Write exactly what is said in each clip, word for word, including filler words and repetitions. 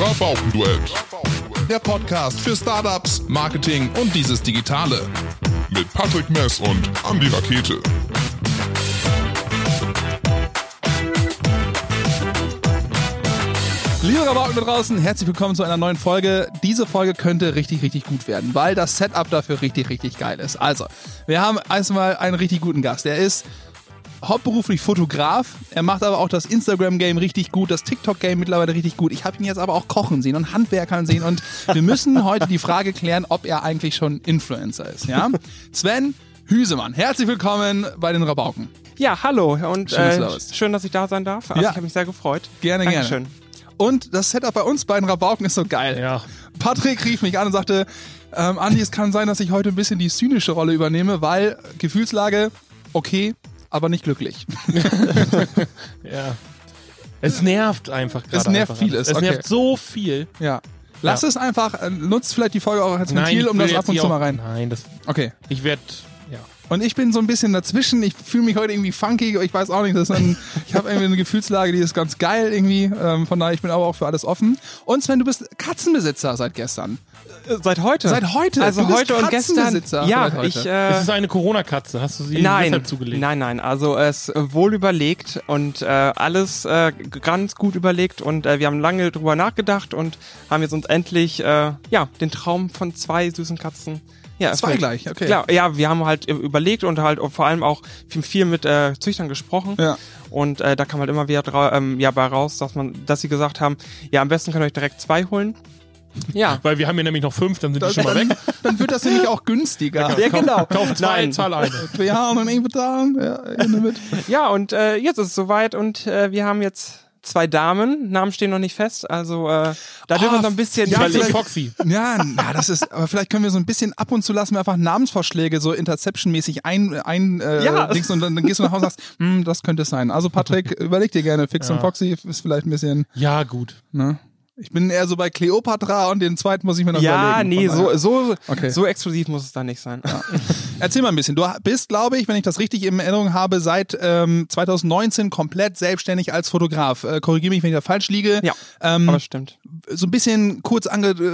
Rabaukenduett. Der Podcast für Startups, Marketing und dieses Digitale. Mit Patrick Mess und Andi Rakete. Liebe Rabauken da draußen, herzlich willkommen zu einer neuen Folge. Diese Folge könnte richtig, richtig gut werden, weil das Setup dafür richtig, richtig geil ist. Also, wir haben erstmal einen richtig guten Gast. Er ist hauptberuflich Fotograf, er macht aber auch das Instagram-Game richtig gut, das TikTok-Game mittlerweile richtig gut. Ich habe ihn jetzt aber auch kochen sehen und Handwerkern sehen und wir müssen heute die Frage klären, ob er eigentlich schon Influencer ist. Ja? Sven Hüsemann, herzlich willkommen bei den Rabauken. Ja, hallo und Schön, äh, dass du schön, dass ich da sein darf. Also Ja. ich habe mich sehr gefreut. Gerne, Dankeschön. gerne. Und das Setup bei uns beiden Rabauken ist so geil. Ja. Patrick rief mich an und sagte, ähm, Andi, es kann sein, dass ich heute ein bisschen die zynische Rolle übernehme, weil Gefühlslage okay, aber nicht glücklich. Ja. Es nervt einfach gerade. Es nervt einfach vieles, alles. Es okay. nervt so viel. Ja. Lass Ja. es einfach, äh, nutzt vielleicht die Folge auch als Ventil, ich um will das ab jetzt und hier zu auch- mal rein. Nein, das, Okay. ich werde, ja. Und ich bin so ein bisschen dazwischen. Ich fühle mich heute irgendwie funky. Ich weiß auch nicht, das ist ein, ich habe irgendwie eine Gefühlslage, die ist ganz geil irgendwie. Ähm, von daher, ich bin aber auch für alles offen. Und Sven, du bist Katzenbesitzer seit gestern. Äh, Seit heute. Seit heute? Also Du bist heute und gestern. Katzenbesitzer Ja, seit heute. ich. Es Äh, ist eine Corona-Katze. Hast du sie nein, deshalb zugelegt? nein, nein. Also es ist wohl überlegt und äh, alles äh, ganz gut überlegt und äh, wir haben lange drüber nachgedacht und haben jetzt uns endlich äh, ja den Traum von zwei süßen Katzen. Ja, Zwei erfüllt. gleich, okay. Klar, ja, wir haben halt überlegt und halt vor allem auch viel, viel mit äh, Züchtern gesprochen. Ja. Und äh, da kam halt immer wieder drau- ähm, ja, bei raus, dass man, dass sie gesagt haben, ja, am besten könnt ihr euch direkt zwei holen. Ja. Weil wir haben hier nämlich noch fünf, dann sind die Dann, schon mal weg. dann, dann wird das nämlich auch günstiger. Ja, genau. Kauf zwei, Nein. zahl eine. Wir haben einen bezahlen. Ja, Ende mit. Ja, und äh, jetzt ist es soweit und äh, wir haben jetzt zwei Damen. Namen stehen noch nicht fest, also äh, da dürfen wir noch ein bisschen ja, Überleg vielleicht- Foxy. Ja, na, das ist, aber vielleicht können wir so ein bisschen ab und zu lassen wir einfach Namensvorschläge so Interception-mäßig ein, ein äh, Ja. Dings und dann, dann gehst du nach Hause und sagst, hm, das könnte es sein. Also Patrick, überleg dir gerne, Fix Ja. und Foxy ist vielleicht ein bisschen, Ja, gut. ne? Ich bin eher so bei Cleopatra und den zweiten muss ich mir noch Ja, überlegen. nee, Von so, daher. so, Okay. so exklusiv muss es da nicht sein. Erzähl mal ein bisschen. Du bist, glaube ich, wenn ich das richtig in Erinnerung habe, seit ähm, zwanzig neunzehn komplett selbstständig als Fotograf. Äh, Korrigiere mich, wenn ich da falsch liege. Ja, ähm, aber stimmt. so ein bisschen kurz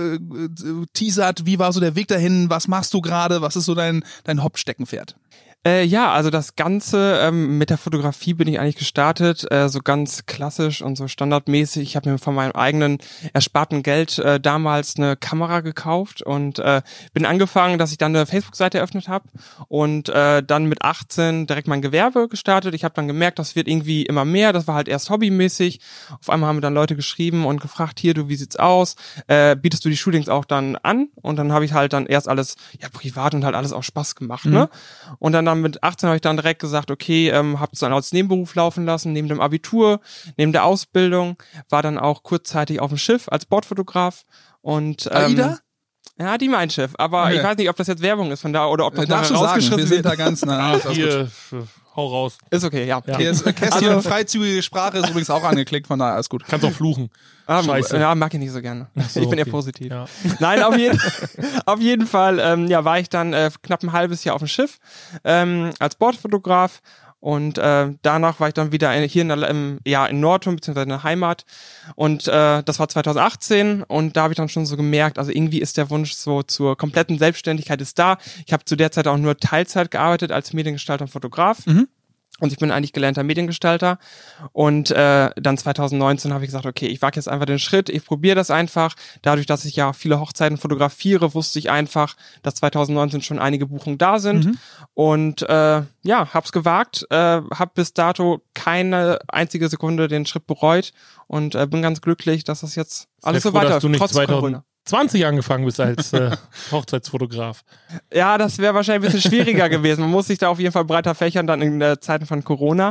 angeteasert, wie war so der Weg dahin, was machst du gerade, was ist so dein, dein Hauptsteckenpferd? Äh, ja, also das Ganze ähm, mit der Fotografie bin ich eigentlich gestartet, äh, so ganz klassisch und so standardmäßig. Ich habe mir von meinem eigenen ersparten Geld äh, damals eine Kamera gekauft und äh, bin angefangen, dass ich dann eine Facebook-Seite eröffnet habe und äh, dann mit achtzehn direkt mein Gewerbe gestartet. Ich habe dann gemerkt, das wird irgendwie immer mehr. Das war halt erst hobbymäßig. Auf einmal haben mir dann Leute geschrieben und gefragt, hier, du, wie sieht's aus? Äh, bietest du die Shootings auch dann an? Und dann habe ich halt dann erst alles, ja, privat und halt alles auch Spaß gemacht, Mhm. ne? Und dann, dann mit achtzehn habe ich dann direkt gesagt, okay, ähm, hab's dann als Nebenberuf laufen lassen, neben dem Abitur, neben der Ausbildung, war dann auch kurzzeitig auf dem Schiff als Bordfotograf und ähm, AIDA? ja, die Mein Schiff, aber Okay. ich weiß nicht, ob das jetzt Werbung ist von da oder ob das Darfst nachher du sagen, wir rausgeschrieben sind da wird. ganz nah. Alles gut. Hier, f- hau raus. Ist okay, ja. Ja. Hier ist äh, Kästchen, Also- freizügige Sprache ist übrigens auch angeklickt, von daher alles gut. Kannst auch fluchen. Ah, Scheiße. Ja, mag ich nicht so gerne. so, ich bin eher okay. positiv. Ja. Nein, auf jeden, auf jeden Fall ähm, ja, war ich dann äh, knapp ein halbes Jahr auf dem Schiff ähm, als Bordfotograf und äh, danach war ich dann wieder in, hier in, der, im, ja, in Nordturm beziehungsweise in der Heimat und äh, das war zwanzig achtzehn und da habe ich dann schon so gemerkt, also irgendwie ist der Wunsch so zur kompletten Selbstständigkeit ist da. Ich habe zu der Zeit auch nur Teilzeit gearbeitet als Mediengestalter und Fotograf. Mhm. Und ich bin eigentlich gelernter Mediengestalter und äh, dann zwanzig neunzehn habe ich gesagt, okay, ich wage jetzt einfach den Schritt, ich probiere das einfach. Dadurch, dass ich ja viele Hochzeiten fotografiere, wusste ich einfach, dass zwanzig neunzehn schon einige Buchungen da sind Mhm. und äh, ja, hab's gewagt, äh, hab bis dato keine einzige Sekunde den Schritt bereut und äh, bin ganz glücklich, dass das jetzt alles Sei so froh, weiter dass du nicht trotz Corona. zwanzig angefangen bist als äh, Hochzeitsfotograf. Ja, das wäre wahrscheinlich ein bisschen schwieriger gewesen. Man muss sich da auf jeden Fall breiter fächern, dann in äh, Zeiten von Corona.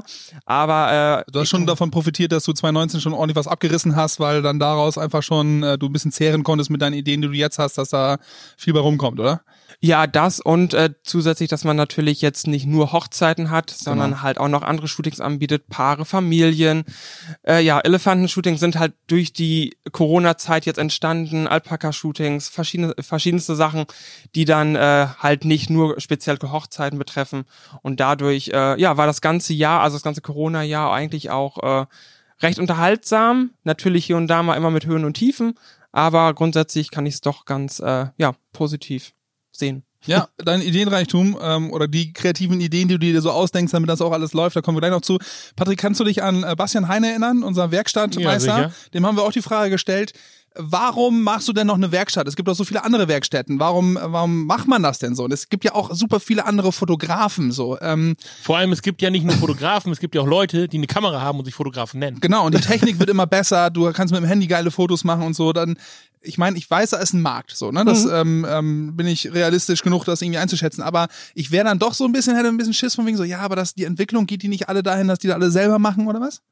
Aber äh, Du hast schon davon profitiert, dass du zwanzig neunzehn schon ordentlich was abgerissen hast, weil dann daraus einfach schon äh, du ein bisschen zehren konntest mit deinen Ideen, die du jetzt hast, dass da viel bei rumkommt, oder? ja, das und äh, zusätzlich, dass man natürlich jetzt nicht nur Hochzeiten hat, sondern Genau. halt auch noch andere Shootings anbietet, Paare, Familien. Äh, ja, Elefantenshootings sind halt durch die Corona-Zeit jetzt entstanden, Alpaka-Shootings, verschiedene, verschiedenste Sachen, die dann äh, halt nicht nur speziell Hochzeiten betreffen. Und dadurch, äh, ja, war das ganze Jahr, also das ganze Corona-Jahr eigentlich auch äh, recht unterhaltsam, natürlich hier und da mal immer mit Höhen und Tiefen, aber grundsätzlich kann ich es doch ganz äh, ja positiv sehen. Ja, dein Ideenreichtum ähm, oder die kreativen Ideen, die du dir so ausdenkst, damit das auch alles läuft, da kommen wir gleich noch zu. Patrick, kannst du dich an äh, Bastian Heine erinnern, unser Werkstattmeister? Ja, dem haben wir auch die Frage gestellt, warum machst du denn noch eine Werkstatt? Es gibt doch so viele andere Werkstätten. Warum, warum macht man das denn so? Und es gibt ja auch super viele andere Fotografen so. Ähm, Vor allem, es gibt ja nicht nur Fotografen, es gibt ja auch Leute, die eine Kamera haben und sich Fotografen nennen. Genau, und die Technik wird immer besser. Du kannst mit dem Handy geile Fotos machen und so. Dann, ich meine, ich weiß, da ist ein Markt, so, ne? Das Mhm. ähm, ähm, bin ich realistisch genug, das irgendwie einzuschätzen. Aber ich wäre dann doch so ein bisschen, hätte ein bisschen Schiss von wegen so, ja, aber das, die Entwicklung geht die nicht alle dahin, dass die da alle selber machen oder was?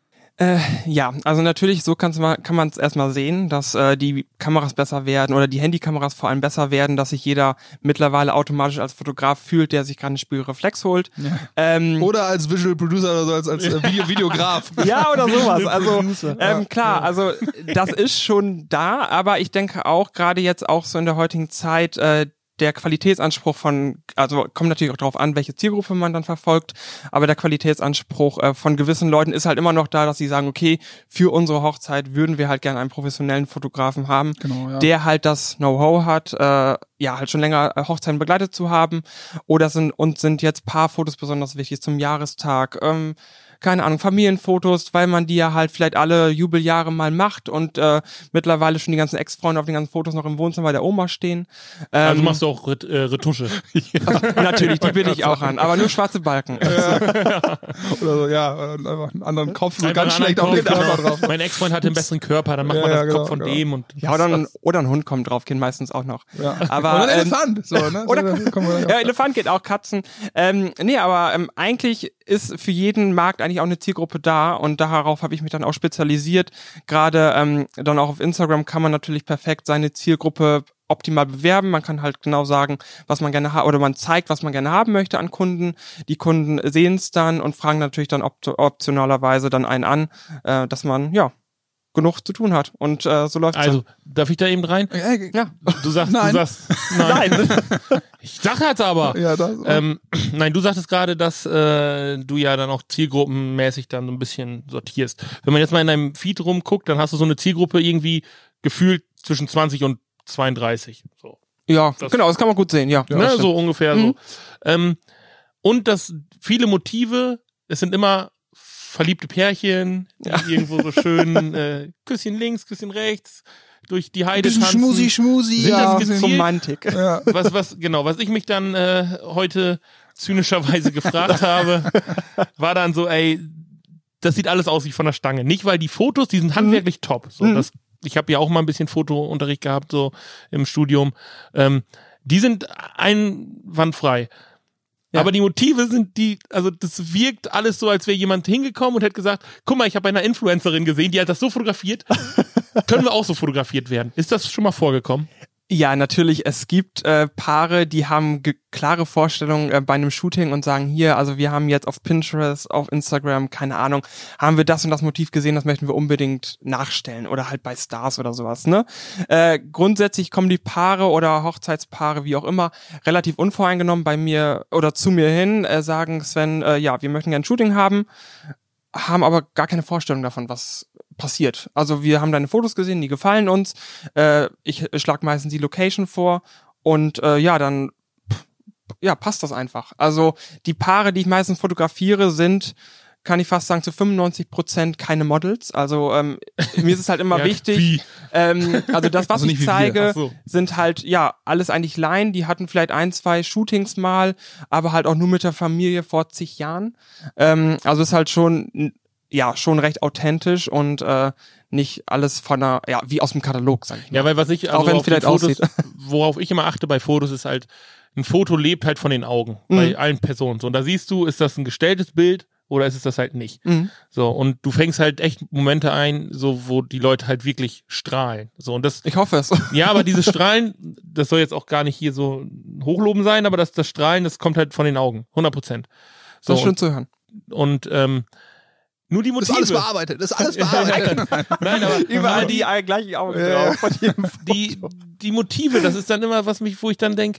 Äh, ja, also natürlich, so kann's mal, kann man es erstmal sehen, dass äh, die Kameras besser werden oder die Handykameras vor allem besser werden, dass sich jeder mittlerweile automatisch als Fotograf fühlt, der sich gerade eine Spiegelreflex holt. Ja. Ähm, Oder als Visual Producer oder so, als, als äh, Video Videograf. Ja, oder sowas. Also Producer. ähm, klar, also das ist schon da, aber ich denke auch, gerade jetzt auch so in der heutigen Zeit, äh, der Qualitätsanspruch von, also kommt natürlich auch darauf an, welche Zielgruppe man dann verfolgt, aber der Qualitätsanspruch äh, von gewissen Leuten ist halt immer noch da, dass sie sagen, okay, für unsere Hochzeit würden wir halt gerne einen professionellen Fotografen haben, Genau, ja. der halt das Know-how hat, äh, ja, halt schon länger äh, Hochzeiten begleitet zu haben, oder sind, und sind jetzt Paarfotos besonders wichtig zum Jahrestag, ähm, keine Ahnung, Familienfotos, weil man die ja halt vielleicht alle Jubeljahre mal macht und äh, mittlerweile schon die ganzen Ex-Freunde auf den ganzen Fotos noch im Wohnzimmer der Oma stehen. Ähm, Also machst du auch Ret- äh, Retusche. natürlich, die bitte ich auch an, aber nur schwarze Balken. Oder so, ja, oder einfach einen anderen Kopf, so Einfach ganz einen schlecht auf den anderen Körper Kopf, drauf. Mein Ex-Freund hatte einen besseren Körper, dann macht Ja, man das ja, genau, Kopf von genau. dem und Ja, oder ein, oder ein Hund kommt drauf, gehen meistens auch noch. Ja. Aber, oder ein ähm, Elefant. So, ne? oder- so, da kommen wir Ja, Elefant geht auch, Katzen. Ähm, nee, aber ähm, eigentlich ist für jeden Markt eigentlich auch eine Zielgruppe da und darauf habe ich mich dann auch spezialisiert. Gerade ähm, dann auch auf Instagram kann man natürlich perfekt seine Zielgruppe optimal bewerben. Man kann halt genau sagen, was man gerne ha- oder man zeigt, was man gerne haben möchte an Kunden. Die Kunden sehen es dann und fragen natürlich dann op- optionalerweise dann einen an, äh, dass man ja genug zu tun hat und äh, so läuft's. also, darf ich da eben rein? Ja, ja. Du sagst, Nein. du sagst, nein. Nein. Ich sag jetzt aber. ja, das, Ähm, nein, du sagtest gerade, dass äh, du ja dann auch zielgruppenmäßig dann so ein bisschen sortierst. Wenn man jetzt mal in deinem Feed rumguckt, dann hast du so eine Zielgruppe irgendwie gefühlt zwischen zwanzig und zweiunddreißig. So, Ja, Das- genau, das kann man gut sehen, ja. Ja, ne, stimmt. so ungefähr Mhm. so. Ähm, und dass viele Motive, es sind immer verliebte Pärchen, die Ja. irgendwo so schön äh, Küsschen links, Küsschen rechts durch die Heide bisschen tanzen. schmusi, schmusi. Sind ja, das gezielt? Romantik. ja. Was, was, genau, was ich mich dann äh, heute zynischerweise gefragt habe, war dann so, ey, das sieht alles aus wie von der Stange. Nicht, weil die Fotos, die sind handwerklich top. So, Mhm. das, ich habe ja auch mal ein bisschen Fotounterricht gehabt, so im Studium. Ähm, die sind einwandfrei. Ja. Aber die Motive sind die, also das wirkt alles so, als wäre jemand hingekommen und hätte gesagt, guck mal, ich habe eine Influencerin gesehen, die hat das so fotografiert. Können wir auch so fotografiert werden? Ist das schon mal vorgekommen? Ja, natürlich. Es gibt äh, Paare, die haben ge- klare Vorstellungen äh, bei einem Shooting und sagen, hier, also wir haben jetzt auf Pinterest, auf Instagram, keine Ahnung, haben wir das und das Motiv gesehen, das möchten wir unbedingt nachstellen oder halt bei Stars oder sowas, ne? Äh, grundsätzlich kommen die Paare oder Hochzeitspaare, wie auch immer, relativ unvoreingenommen bei mir oder zu mir hin, äh, sagen, Sven, äh, ja, wir möchten gerne ein Shooting haben, haben aber gar keine Vorstellung davon, was passiert. Also wir haben deine Fotos gesehen, die gefallen uns. Äh, ich schlage meistens die Location vor und äh, ja, dann pff, ja, passt das einfach. Also die Paare, die ich meistens fotografiere, sind, kann ich fast sagen, zu fünfundneunzig Prozent keine Models. Also ähm, mir ist es halt immer Ja, wichtig. wie? Ähm, also das, was Also nicht ich wie wir. zeige, Ach so. sind halt, ja, alles eigentlich Laien. Die hatten vielleicht ein, zwei Shootings mal, aber halt auch nur mit der Familie vor zig Jahren. Ähm, also ist halt schon, ja, schon recht authentisch und äh, nicht alles von einer, ja, wie aus dem Katalog, sag ich mal. Ja, weil was ich, Auch also wenn es auf den vielleicht Fotos, aussieht. worauf ich immer achte bei Fotos, ist halt, ein Foto lebt halt von den Augen, Mhm. bei allen Personen. So, und da siehst du, ist das ein gestelltes Bild oder ist es das halt nicht? Mhm. So, und du fängst halt echt Momente ein, so, wo die Leute halt wirklich strahlen. So, und das, Ich hoffe es. ja, aber dieses Strahlen, das soll jetzt auch gar nicht hier so hochloben sein, aber das, das Strahlen, das kommt halt von den Augen. hundert Prozent. So, Das ist schön und, zu hören. und, ähm, nur die Das Motive. ist alles bearbeitet. Das ist alles bearbeitet. Nein, aber Überall die, die gleichen Augen Ja, drauf. Von jedem die, die Motive, das ist dann immer was mich, wo ich dann denke,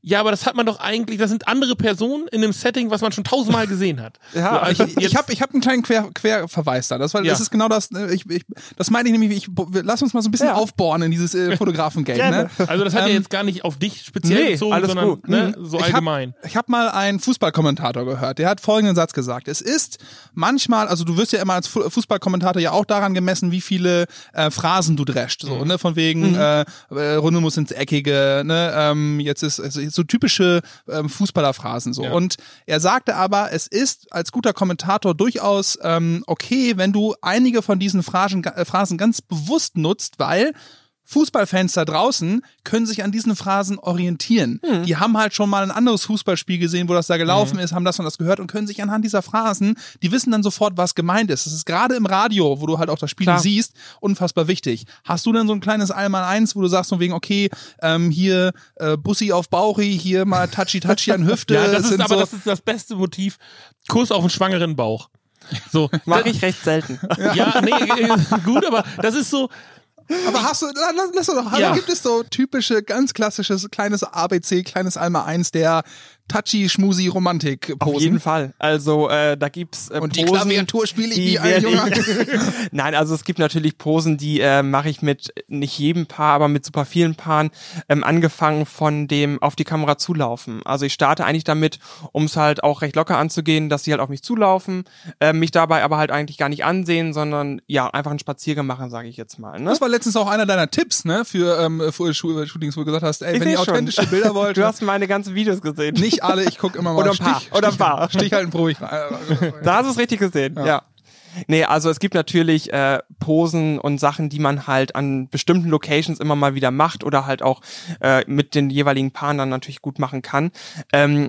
Ja, aber das hat man doch eigentlich, das sind andere Personen in einem Setting, was man schon tausendmal gesehen hat. Ja, so, also ich, ich habe ich hab einen kleinen Quer, Querverweis da. Das, weil, Ja. das ist genau das, äh, ich, ich, das meine ich nämlich, ich, lass uns mal so ein bisschen Ja. aufbohren in dieses äh, Fotografengame. Ne? Also das hat ja Ähm, jetzt gar nicht auf dich speziell nee, bezogen, alles sondern gut. ne, Mhm. so Ich hab- allgemein. Ich habe mal einen Fußballkommentator gehört, der hat folgenden Satz gesagt. Es ist manchmal, also du wirst ja immer als Fu- Fußballkommentator ja auch daran gemessen, wie viele äh, Phrasen du drescht. So, ne? Von wegen, Mhm. äh, äh, Runde muss ins Eckige, ne? ähm, jetzt ist also so typische ähm, Fußballerphrasen so. Ja. Und er sagte aber, es ist als guter Kommentator durchaus ähm, okay, wenn du einige von diesen Phrasen, äh, Phrasen ganz bewusst nutzt, weil Fußballfans da draußen können sich an diesen Phrasen orientieren. Hm. Die haben halt schon mal ein anderes Fußballspiel gesehen, wo das da gelaufen ist, haben das und das gehört und können sich anhand dieser Phrasen, die wissen dann sofort, was gemeint ist. Das ist gerade im Radio, wo du halt auch das Spiel Klar. siehst, unfassbar wichtig. Hast du denn so ein kleines Einmal-Eins, wo du sagst von wegen, okay, ähm, hier äh, Bussi auf Bauchi, hier mal Touchy-Touchy an Hüfte. Ja, das ist sind aber so, das ist das beste Motiv. Kuss auf den schwangeren Bauch. So, Mache ich recht selten. ja, nee, äh, gut, aber das ist so, Aber hast du, lass, lass doch, Ja. also gibt es so typische, ganz klassisches, kleines A B C, kleines Einmal-Eins der touchy, schmusi Romantik-Posen. Auf jeden Fall. Also äh, da gibt's äh, Und die Posen, Klaviatur spiele ich die wie ein werde Junge. ich- Nein, also es gibt natürlich Posen, die äh, mache ich mit nicht jedem Paar, aber mit super vielen Paaren, ähm, angefangen von dem auf die Kamera zulaufen. Also ich starte eigentlich damit, um es halt auch recht locker anzugehen, dass sie halt auf mich zulaufen, äh, mich dabei aber halt eigentlich gar nicht ansehen, sondern ja, einfach einen Spaziergang machen, sage ich jetzt mal. Ne? Das war letztens auch einer deiner Tipps, ne, für, ähm, für Schu- Shootings, wo du gesagt hast, ey, Ich wenn ihr seh schon. authentische Bilder wollt, Du hast meine ganzen Videos gesehen. nicht alle, ich gucke immer mal Oder ein paar, Stich, oder ein Stich, paar. Stichhalten ruhig rein. Da hast du es richtig gesehen, Ja. ja. Nee, also es gibt natürlich äh, Posen und Sachen, die man halt an bestimmten Locations immer mal wieder macht oder halt auch äh, mit den jeweiligen Paaren dann natürlich gut machen kann. Ähm,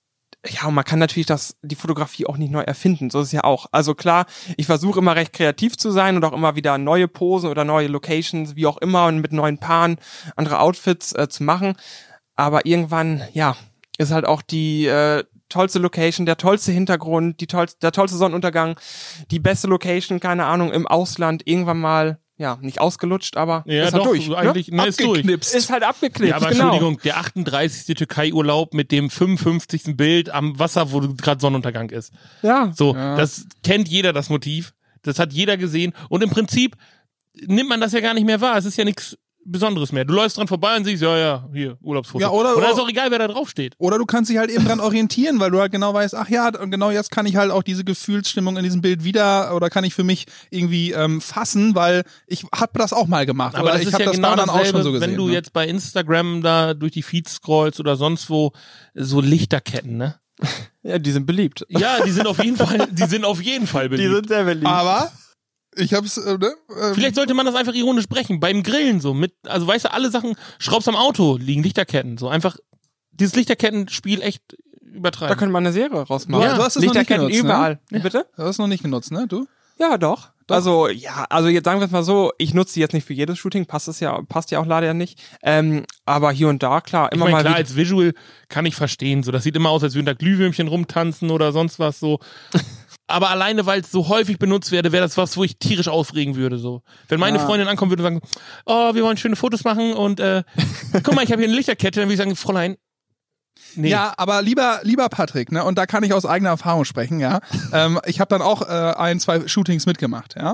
ja, und man kann natürlich das, die Fotografie auch nicht neu erfinden, so ist es ja auch. Also klar, ich versuche immer recht kreativ zu sein und auch immer wieder neue Posen oder neue Locations, wie auch immer, und mit neuen Paaren andere Outfits äh, zu machen. Aber irgendwann, ja, ist halt auch die äh, tollste Location, der tollste Hintergrund, die tollste, der tollste Sonnenuntergang, die beste Location, keine Ahnung, im Ausland, irgendwann mal, ja, nicht ausgelutscht, aber ja, ist doch, halt durch. eigentlich, ne, ist durch. Abgeknipst. Ist halt abgeklebt, Ja, aber genau. Entschuldigung, der achtunddreißigste Türkei-Urlaub mit dem fünfundfünfzigsten Bild am Wasser, wo gerade Sonnenuntergang ist. Ja, So, Ja. das kennt jeder, das Motiv. Das hat jeder gesehen. Und im Prinzip nimmt man das ja gar nicht mehr wahr. Es ist ja nichts Besonderes mehr. Du läufst dran vorbei und siehst, ja, ja, hier, Urlaubsfoto. Ja, oder- und dann ist auch egal, wer da drauf steht. Oder du kannst dich halt eben dran orientieren, weil du halt genau weißt, ach ja, und genau jetzt kann ich halt auch diese Gefühlsstimmung in diesem Bild wieder oder kann ich für mich irgendwie ähm, fassen, weil ich habe das auch mal gemacht. Aber oder das ich ist habe ja das genau bei anderen auch dasselbe, schon so gesehen. wenn du ne? jetzt bei Instagram da durch die Feeds scrollst oder sonst wo, so Lichterketten, ne? ja, die sind beliebt. Ja, die sind auf jeden Fall, die sind auf jeden Fall Die beliebt. sind sehr beliebt. Aber ich hab's, äh, ne? ähm, Vielleicht sollte man das einfach ironisch brechen. Beim Grillen so mit, also weißt du, alle Sachen, schraubst am Auto, liegen Lichterketten. So einfach dieses Lichterkettenspiel echt übertreiben. Da könnte man eine Serie rausmachen. Ja, du hast es noch nicht Lichterketten genutzt, ne? überall. Bitte? Du hast es noch nicht genutzt, ne? Du? Ja, doch. Also, ja, also jetzt sagen wir es mal so, ich nutze die jetzt nicht für jedes Shooting, passt es ja, passt ja auch leider nicht. Ähm, aber hier und da, klar, ich immer meine, mal klar, wieder. als Visual kann ich verstehen. So, das sieht immer aus, als würden da Glühwürmchen rumtanzen oder sonst was so. Aber alleine, weil es so häufig benutzt werde, wäre das was, wo ich tierisch aufregen würde. So, wenn meine Ja. Freundin ankommen würde und sagen, oh, wir wollen schöne Fotos machen und äh, guck mal, ich habe hier eine Lichterkette, dann würde ich sagen, Fräulein, nee. Ja, aber lieber, lieber Patrick, ne? Und da kann ich aus eigener Erfahrung sprechen, ja. ähm, ich habe dann auch äh, ein, zwei Shootings mitgemacht, ja.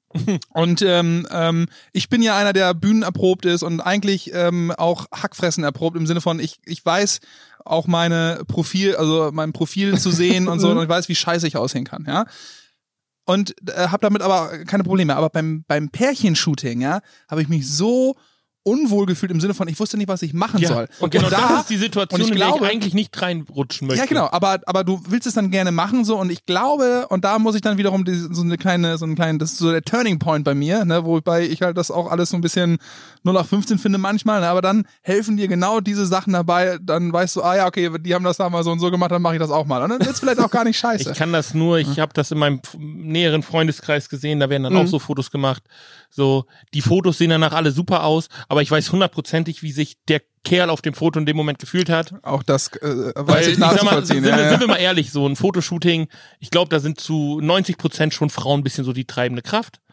Und ähm, ähm, ich bin ja einer, der bühnenerprobt ist und eigentlich ähm, auch Hackfressen erprobt im Sinne von, ich, ich weiß auch meine Profil, also mein Profil zu sehen und so und ich weiß, wie scheiße ich aussehen kann, ja. Und äh, habe damit aber keine Probleme. Aber beim, beim Pärchenshooting, ja, habe ich mich so unwohl gefühlt im Sinne von, ich wusste nicht, was ich machen Ja, soll. und genau da, das ist die Situation, und ich in der glaube- ich eigentlich nicht reinrutschen möchte. ja, genau, aber, aber du willst es dann gerne machen so und ich glaube, und da muss ich dann wiederum die, so eine kleine, so einen kleinen, das ist so der Turning Point bei mir, ne, wobei ich halt das auch alles so ein bisschen null acht fünfzehn finde manchmal, ne, aber dann helfen dir genau diese Sachen dabei, dann weißt du, ah ja, okay, die haben das da mal so und so gemacht, dann mache ich das auch mal. Und dann wird's vielleicht auch gar nicht scheiße. Ich kann das nur, ich habe das in meinem f- näheren Freundeskreis gesehen, da werden dann auch so Fotos gemacht. So, die Fotos sehen danach alle super aus, aber ich weiß hundertprozentig, wie sich der Kerl auf dem Foto in dem Moment gefühlt hat. Auch das äh, weiß Weil, ich ich sag mal, nachzuvollziehen. sind, ja, wir, ja. sind wir mal ehrlich, so ein Fotoshooting, ich glaube, da sind zu neunzig Prozent schon Frauen ein bisschen so die treibende Kraft.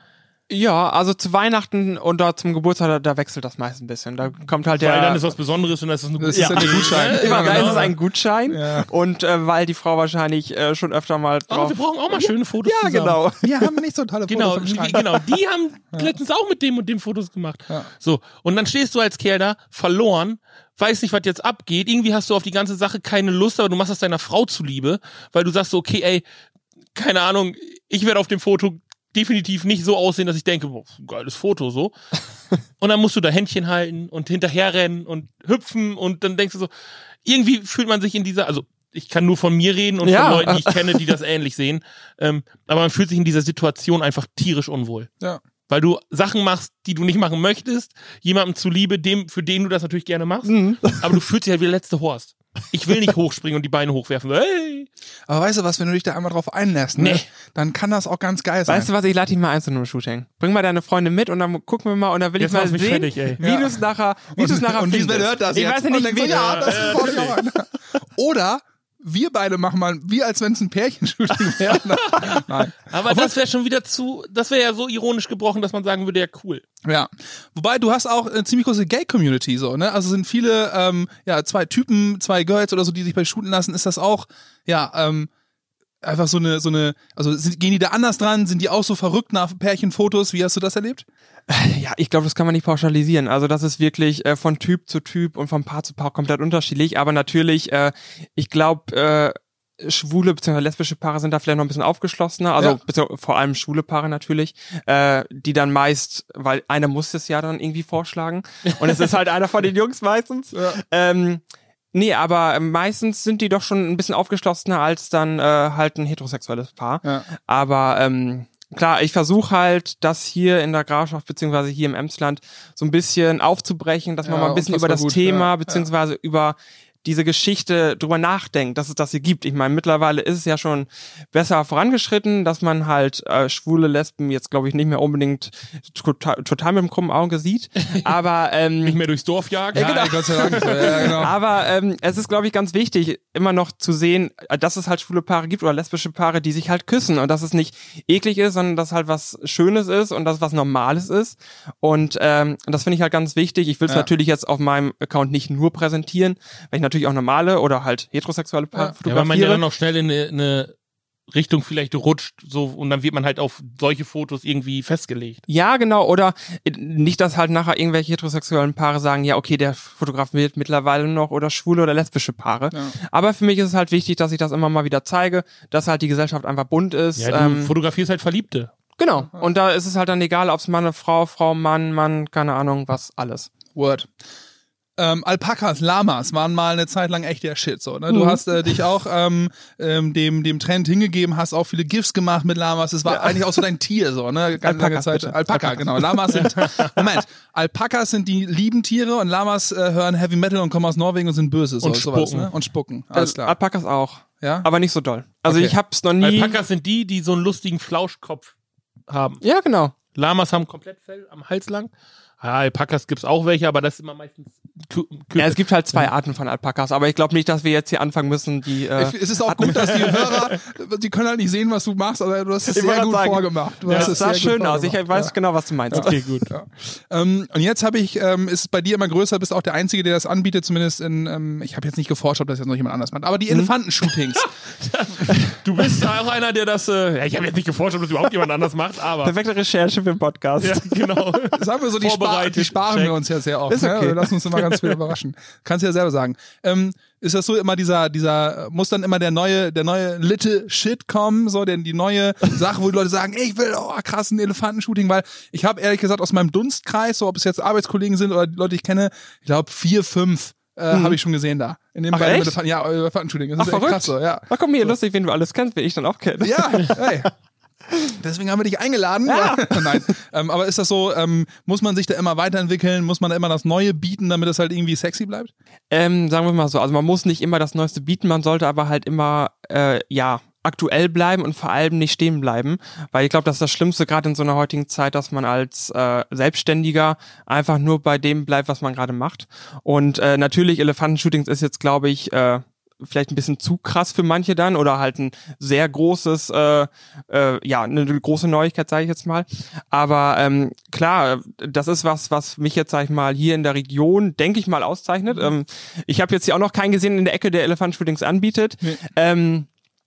Ja, also zu Weihnachten und da zum Geburtstag, da, da wechselt das meist ein bisschen. Da kommt halt der... Weil dann ist was Besonderes und das ist eine Das gute ist ja der Gutschein. Immer, Ja, da genau. ist es ein Gutschein Ja. und äh, weil die Frau wahrscheinlich äh, schon öfter mal Aber drauf... wir brauchen auch mal schöne Fotos ja, zusammen. genau. Wir haben nicht so tolle Fotos Genau, im die, Schrank. genau, die haben letztens auch mit dem und dem Fotos gemacht. Ja. So, und dann stehst du als Kerl da, verloren, weiß nicht, was jetzt abgeht. Irgendwie hast du auf die ganze Sache keine Lust, aber du machst das deiner Frau zuliebe, weil du sagst so, okay, ey, keine Ahnung, ich werde auf dem Foto definitiv nicht so aussehen, dass ich denke, boah, geiles Foto, so. Und dann musst du da Händchen halten und hinterherrennen und hüpfen und dann denkst du so, irgendwie fühlt man sich in dieser, also ich kann nur von mir reden und Ja. von Leuten, die ich kenne, die das ähnlich sehen, ähm, aber man fühlt sich in dieser Situation einfach tierisch unwohl. Ja. Weil du Sachen machst, die du nicht machen möchtest, jemandem zuliebe, dem, für den du das natürlich gerne machst, Mhm. aber du fühlst dich halt wie der letzte Horst. Ich will nicht hochspringen und die Beine hochwerfen. So, hey. Aber weißt du was, wenn du dich da einmal drauf einlässt, ne, Nee. dann kann das auch ganz geil sein. Weißt du was, ich lade dich mal ein zu einem Shooting. Bring mal deine Freunde mit und dann gucken wir mal und dann will Jetzt ich mal machst du mich sehen, fertig, ey. wie Ja. du es nachher, wie du es nachher und findest. Lisbeth hört das ich jetzt weiß ja und nicht, denkt wie so, ja, du- das äh, baue ich auch ein. Oder wir beide machen mal, wie als wenn es ein Pärchenshooting wäre. Nein. Aber das wäre schon wieder zu, das wäre ja so ironisch gebrochen, dass man sagen würde, ja cool. Ja. Wobei, du hast auch eine ziemlich große Gay-Community, so, ne? Also sind viele, ähm, ja, zwei Typen, zwei Girls oder so, die sich bei shooten lassen, ist das auch, ja, ähm, einfach so eine, so eine, also sind, gehen die da anders dran? Sind die auch so verrückt nach Pärchenfotos? Wie hast du das erlebt? Ja, ich glaube, das kann man nicht pauschalisieren. Also das ist wirklich äh, von Typ zu Typ und von Paar zu Paar komplett unterschiedlich. Aber natürlich, äh, ich glaube, äh, schwule bzw. lesbische Paare sind da vielleicht noch ein bisschen aufgeschlossener. Also Ja. bezieh- vor allem schwule Paare natürlich, äh, die dann meist, weil einer muss es ja dann irgendwie vorschlagen. Und es ist halt einer von den Jungs meistens. Ja. Ähm, Nee, aber meistens sind die doch schon ein bisschen aufgeschlossener als dann äh, halt ein heterosexuelles Paar. Ja. Aber ähm, klar, ich versuche halt, das hier in der Grafschaft beziehungsweise hier im Emsland so ein bisschen aufzubrechen, dass man Ja, mal ein bisschen über unfassbar das gut, Thema ja, beziehungsweise über diese Geschichte drüber nachdenkt, dass es das hier gibt. Ich meine, mittlerweile ist es ja schon besser vorangeschritten, dass man halt äh, schwule Lesben jetzt, glaube ich, nicht mehr unbedingt total, total mit dem krummen Auge sieht. Aber ähm, Nicht mehr durchs Dorf jagen. Ja, genau. Gott sei Dank. Ja, genau. aber ähm, es ist, glaube ich, ganz wichtig, immer noch zu sehen, äh, dass es halt schwule Paare gibt oder lesbische Paare, die sich halt küssen und dass es nicht eklig ist, sondern dass halt was Schönes ist und dass was Normales ist. Und ähm, das finde ich halt ganz wichtig. Ich will es Ja. natürlich jetzt auf meinem Account nicht nur präsentieren, weil ich natürlich auch normale oder halt heterosexuelle Paare Ja. Ja, weil man ja fotografiere. dann noch schnell in eine, eine Richtung vielleicht rutscht, so, und dann wird man halt auf solche Fotos irgendwie festgelegt. Ja, genau. Oder äh, nicht, dass halt nachher irgendwelche heterosexuellen Paare sagen, ja, okay, der fotografiert mittlerweile noch oder schwule oder lesbische Paare. Ja. Aber für mich ist es halt wichtig, dass ich das immer mal wieder zeige, dass halt die Gesellschaft einfach bunt ist. Ja, du ähm, fotografierst halt Verliebte. genau. Und da ist es halt dann egal, ob es Mann, eine Frau, Frau, Mann, Mann, keine Ahnung, was, alles. Word. Ähm, Alpakas, Lamas waren mal eine Zeit lang echt der Shit, so, ne? Du Mhm. hast äh, dich auch ähm, ähm, dem, dem Trend hingegeben, hast auch viele GIFs gemacht mit Lamas. Das war Ja. eigentlich auch so dein Tier, so, ne? Ganz lange Alpakas, Zeit. bitte. Alpaka, Alpakas. genau. Lamas sind, Moment, Alpakas sind die lieben Tiere und Lamas äh, hören Heavy Metal und kommen aus Norwegen und sind böse, so, Und sowas, spucken. ne? Und spucken. Alles Äh, klar. Alpakas auch. Ja? Aber nicht so doll. Also Okay. ich hab's noch nie. Alpakas sind die, die so einen lustigen Flauschkopf haben. Ja, genau. Lamas haben komplett Fell am Hals lang. Ja, Alpakas gibt's auch welche, aber das ist immer meistens kü- kü- Ja, es gibt halt zwei Arten von Alpakas, aber ich glaube nicht, dass wir jetzt hier anfangen müssen, die. Äh, Es ist auch gut, dass die Hörer, die können halt nicht sehen, was du machst, aber du hast es Ich sehr wollte gut sagen, vorgemacht. Du ja, hast das es sah sehr gut schön aus. Ich vorgemacht. weiß Ja. genau, was du meinst. Okay, gut. Ja. Ähm, und jetzt habe ich, ähm, ist es bei dir immer größer, bist auch der Einzige, der das anbietet, zumindest in, ähm, ich habe jetzt nicht geforscht, ob das jetzt noch jemand anders macht, aber die Mhm. Elefantenshootings. Du bist auch einer, der das, äh, ja, ich habe jetzt nicht geforscht, ob das überhaupt jemand anders macht, aber. Perfekte Recherche für den Podcast. Ja, genau. Sagen wir so, die, spar Vorbereitet, die sparen check. wir uns ja sehr oft. Ist okay. Ne? Wir lassen uns immer ganz viel überraschen. Kannst du ja selber sagen. Ähm, ist das so immer dieser, dieser, muss dann immer der neue, der neue Little Shit kommen, so, denn die neue Sache, wo die Leute sagen, ey, ich will, oh, krass, ein Elefantenshooting, weil ich habe ehrlich gesagt aus meinem Dunstkreis, so ob es jetzt Arbeitskollegen sind oder die Leute, die ich kenne, ich glaube vier, fünf äh, Mhm. habe ich schon gesehen da. In dem Ach, bei dem echt? Elefanten, ja, Elefantenshooting. Das Ach, ist echt verrückt. krass so, ja. Ach komm hier, lustig, wen du alles kennst, wen ich dann auch kenne. Ja, hey. Deswegen haben wir dich eingeladen. Ja. Nein, ähm, aber ist das so, ähm, muss man sich da immer weiterentwickeln, muss man da immer das Neue bieten, damit das halt irgendwie sexy bleibt? Ähm, sagen wir mal so, also man muss nicht immer das Neueste bieten, man sollte aber halt immer, äh, ja, aktuell bleiben und vor allem nicht stehen bleiben, weil ich glaube, das ist das Schlimmste gerade in so einer heutigen Zeit, dass man als äh, Selbstständiger einfach nur bei dem bleibt, was man gerade macht. Und äh, natürlich, Elefantenshootings ist jetzt, glaube ich, äh, vielleicht ein bisschen zu krass für manche dann oder halt ein sehr großes, äh, äh, ja, eine große Neuigkeit, sage ich jetzt mal. Aber ähm, klar, das ist was, was mich jetzt, sag ich mal, hier in der Region, denke ich mal, auszeichnet. Mhm. Ähm, ich habe jetzt hier auch noch keinen gesehen in der Ecke, der Elefantshootings anbietet. Nee. Ähm,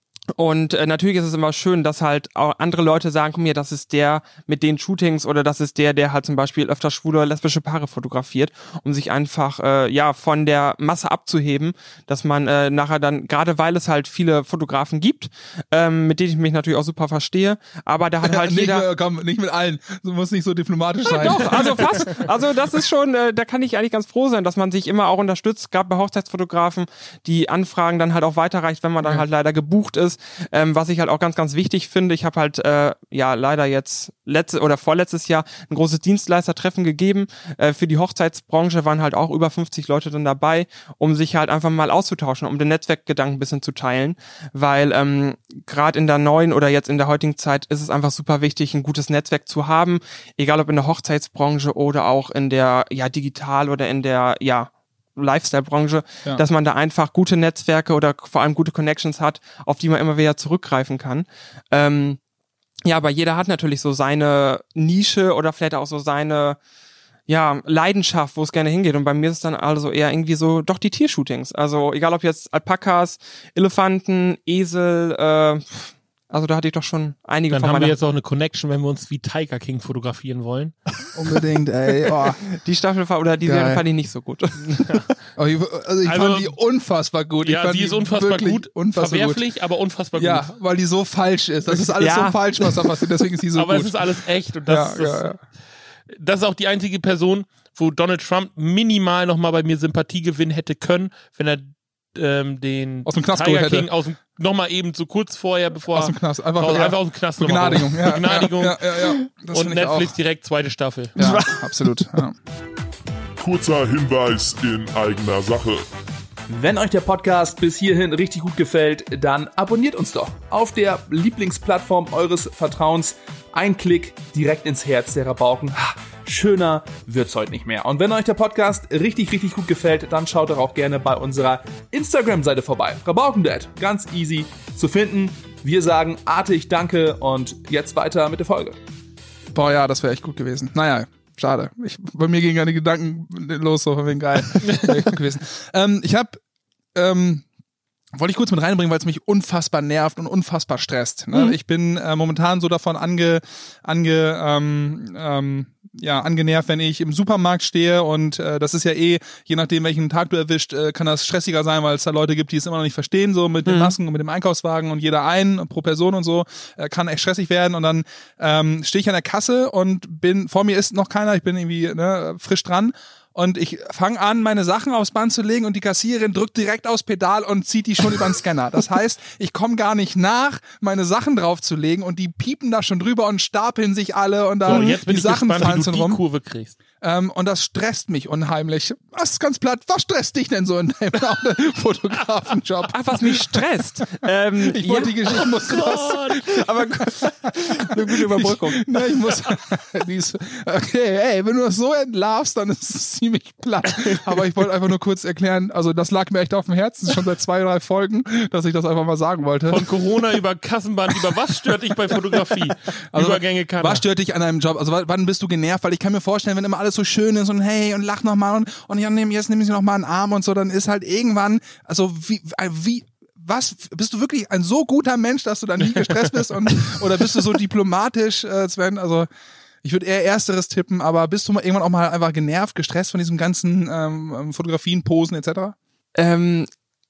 Und äh, natürlich ist es immer schön, dass halt auch andere Leute sagen, komm hier, das ist der mit den Shootings oder das ist der, der halt zum Beispiel öfter schwule oder lesbische Paare fotografiert, um sich einfach äh, ja von der Masse abzuheben, dass man äh, nachher dann, gerade weil es halt viele Fotografen gibt, ähm, mit denen ich mich natürlich auch super verstehe, aber da hat halt nicht jeder... Mehr, komm, nicht mit allen, du musst nicht so diplomatisch sein. Ja, doch, also fast, also das ist schon, äh, da kann ich eigentlich ganz froh sein, dass man sich immer auch unterstützt, gerade bei Hochzeitsfotografen, die Anfragen dann halt auch weiterreicht, wenn man dann ja. halt leider gebucht ist. Ähm, was ich halt auch ganz, ganz wichtig finde, ich habe halt äh, ja leider jetzt letzte oder vorletztes Jahr ein großes Dienstleistertreffen gegeben. Äh, für die Hochzeitsbranche waren halt auch über fünfzig Leute dann dabei, um sich halt einfach mal auszutauschen, um den Netzwerkgedanken ein bisschen zu teilen, weil ähm, gerade in der neuen oder jetzt in der heutigen Zeit ist es einfach super wichtig, ein gutes Netzwerk zu haben, egal ob in der Hochzeitsbranche oder auch in der ja digital oder in der ja Lifestyle-Branche, ja. dass man da einfach gute Netzwerke oder vor allem gute Connections hat, auf die man immer wieder zurückgreifen kann. Ähm, ja, aber jeder hat natürlich so seine Nische oder vielleicht auch so seine ja, Leidenschaft, wo es gerne hingeht. Und bei mir ist es dann also eher irgendwie so doch die Tiershootings. Also egal ob jetzt Alpakas, Elefanten, Esel, äh, also da hatte ich doch schon einige Dann von haben meiner... wir jetzt auch eine Connection, wenn wir uns wie Tiger King fotografieren wollen. Unbedingt, ey. Oh. Die Staffel oder die Serie fand ich nicht so gut. Ja. Oh, ich, also ich also, fand die unfassbar gut. Ja, ich fand die ist unfassbar gut, unfassbar verwerflich, gut. aber unfassbar ja, gut. Ja, weil die so falsch ist. Das ist alles ja. so falsch, was da passiert, deswegen ist die so aber gut. Aber es ist alles echt und das, ja, das, ja, ja. das ist auch die einzige Person, wo Donald Trump minimal nochmal bei mir Sympathie gewinnen hätte können, wenn er ähm, den aus dem Knast Tiger King hätte. aus dem nochmal eben so kurz vorher, bevor aus dem Knast einfach, raus, ja. einfach aus dem Knast Begnadigung, ja, Begnadigung ja, ja, ja, ja. und Netflix direkt zweite Staffel. Ja, absolut. Ja. Kurzer Hinweis in eigener Sache. Wenn euch der Podcast bis hierhin richtig gut gefällt, dann abonniert uns doch auf der Lieblingsplattform eures Vertrauens. Ein Klick direkt ins Herz der Rabauken. Schöner wird's heute nicht mehr. Und wenn euch der Podcast richtig, richtig gut gefällt, dann schaut doch auch gerne bei unserer Instagram-Seite vorbei. Rabaukendad, ganz easy zu finden. Wir sagen artig Danke und jetzt weiter mit der Folge. Boah, ja, das wäre echt gut gewesen. Naja, schade. Ich, bei mir gingen ja die Gedanken los, so von wegen geil. Wäre echt gut gewesen. Ähm, ich hab, ähm, wollte ich kurz mit reinbringen, weil es mich unfassbar nervt und unfassbar stresst. Ne? Mhm. Ich bin äh, momentan so davon ange, ange, ähm, ähm, ja, angenervt, wenn ich im Supermarkt stehe und äh, das ist ja eh, je nachdem welchen Tag du erwischt, äh, kann das stressiger sein, weil es da Leute gibt, die es immer noch nicht verstehen, so mit den Masken und mit dem Einkaufswagen und jeder ein pro Person und so, äh, kann echt stressig werden und dann ähm, stehe ich an der Kasse und bin, vor mir ist noch keiner, ich bin irgendwie ne, frisch dran. Und ich fange an, meine Sachen aufs Band zu legen und die Kassiererin drückt direkt aufs Pedal und zieht die schon über den Scanner. Das heißt, ich komme gar nicht nach, meine Sachen draufzulegen und die piepen da schon drüber und stapeln sich alle und dann so, jetzt bin die ich Sachen gespannt, fallen wie du die rum. Kurve kriegst. Ähm, und das stresst mich unheimlich. Was ist ganz platt, was stresst dich denn so in deinem Fotografenjob? Ach, was mich stresst. ähm, ich wollte ja. die Geschichte, ich musste das. Aber eine gute Überbrückung. Ne, ich muss, die ist, okay, ey, wenn du das so entlarvst, dann ist es ziemlich platt. Aber ich wollte einfach nur kurz erklären, also das lag mir echt auf dem Herzen, schon seit zwei, drei Folgen, dass ich das einfach mal sagen wollte. Von Corona über Kassenband, über was stört dich bei Fotografie? Also, Übergänge kann was stört dich an einem Job? Also wann bist du genervt? Weil ich kann mir vorstellen, wenn immer alles so schön ist und hey und lach nochmal und, und ja, nehm, jetzt nehme ich noch mal einen Arm und so, dann ist halt irgendwann, also wie, wie, was, bist du wirklich ein so guter Mensch, dass du dann nie gestresst bist und, oder bist du so diplomatisch, äh, Sven? Also ich würde eher Ersteres tippen, aber bist du mal irgendwann auch mal einfach genervt, gestresst von diesem ganzen ähm, Fotografien, Posen et cetera? Ähm,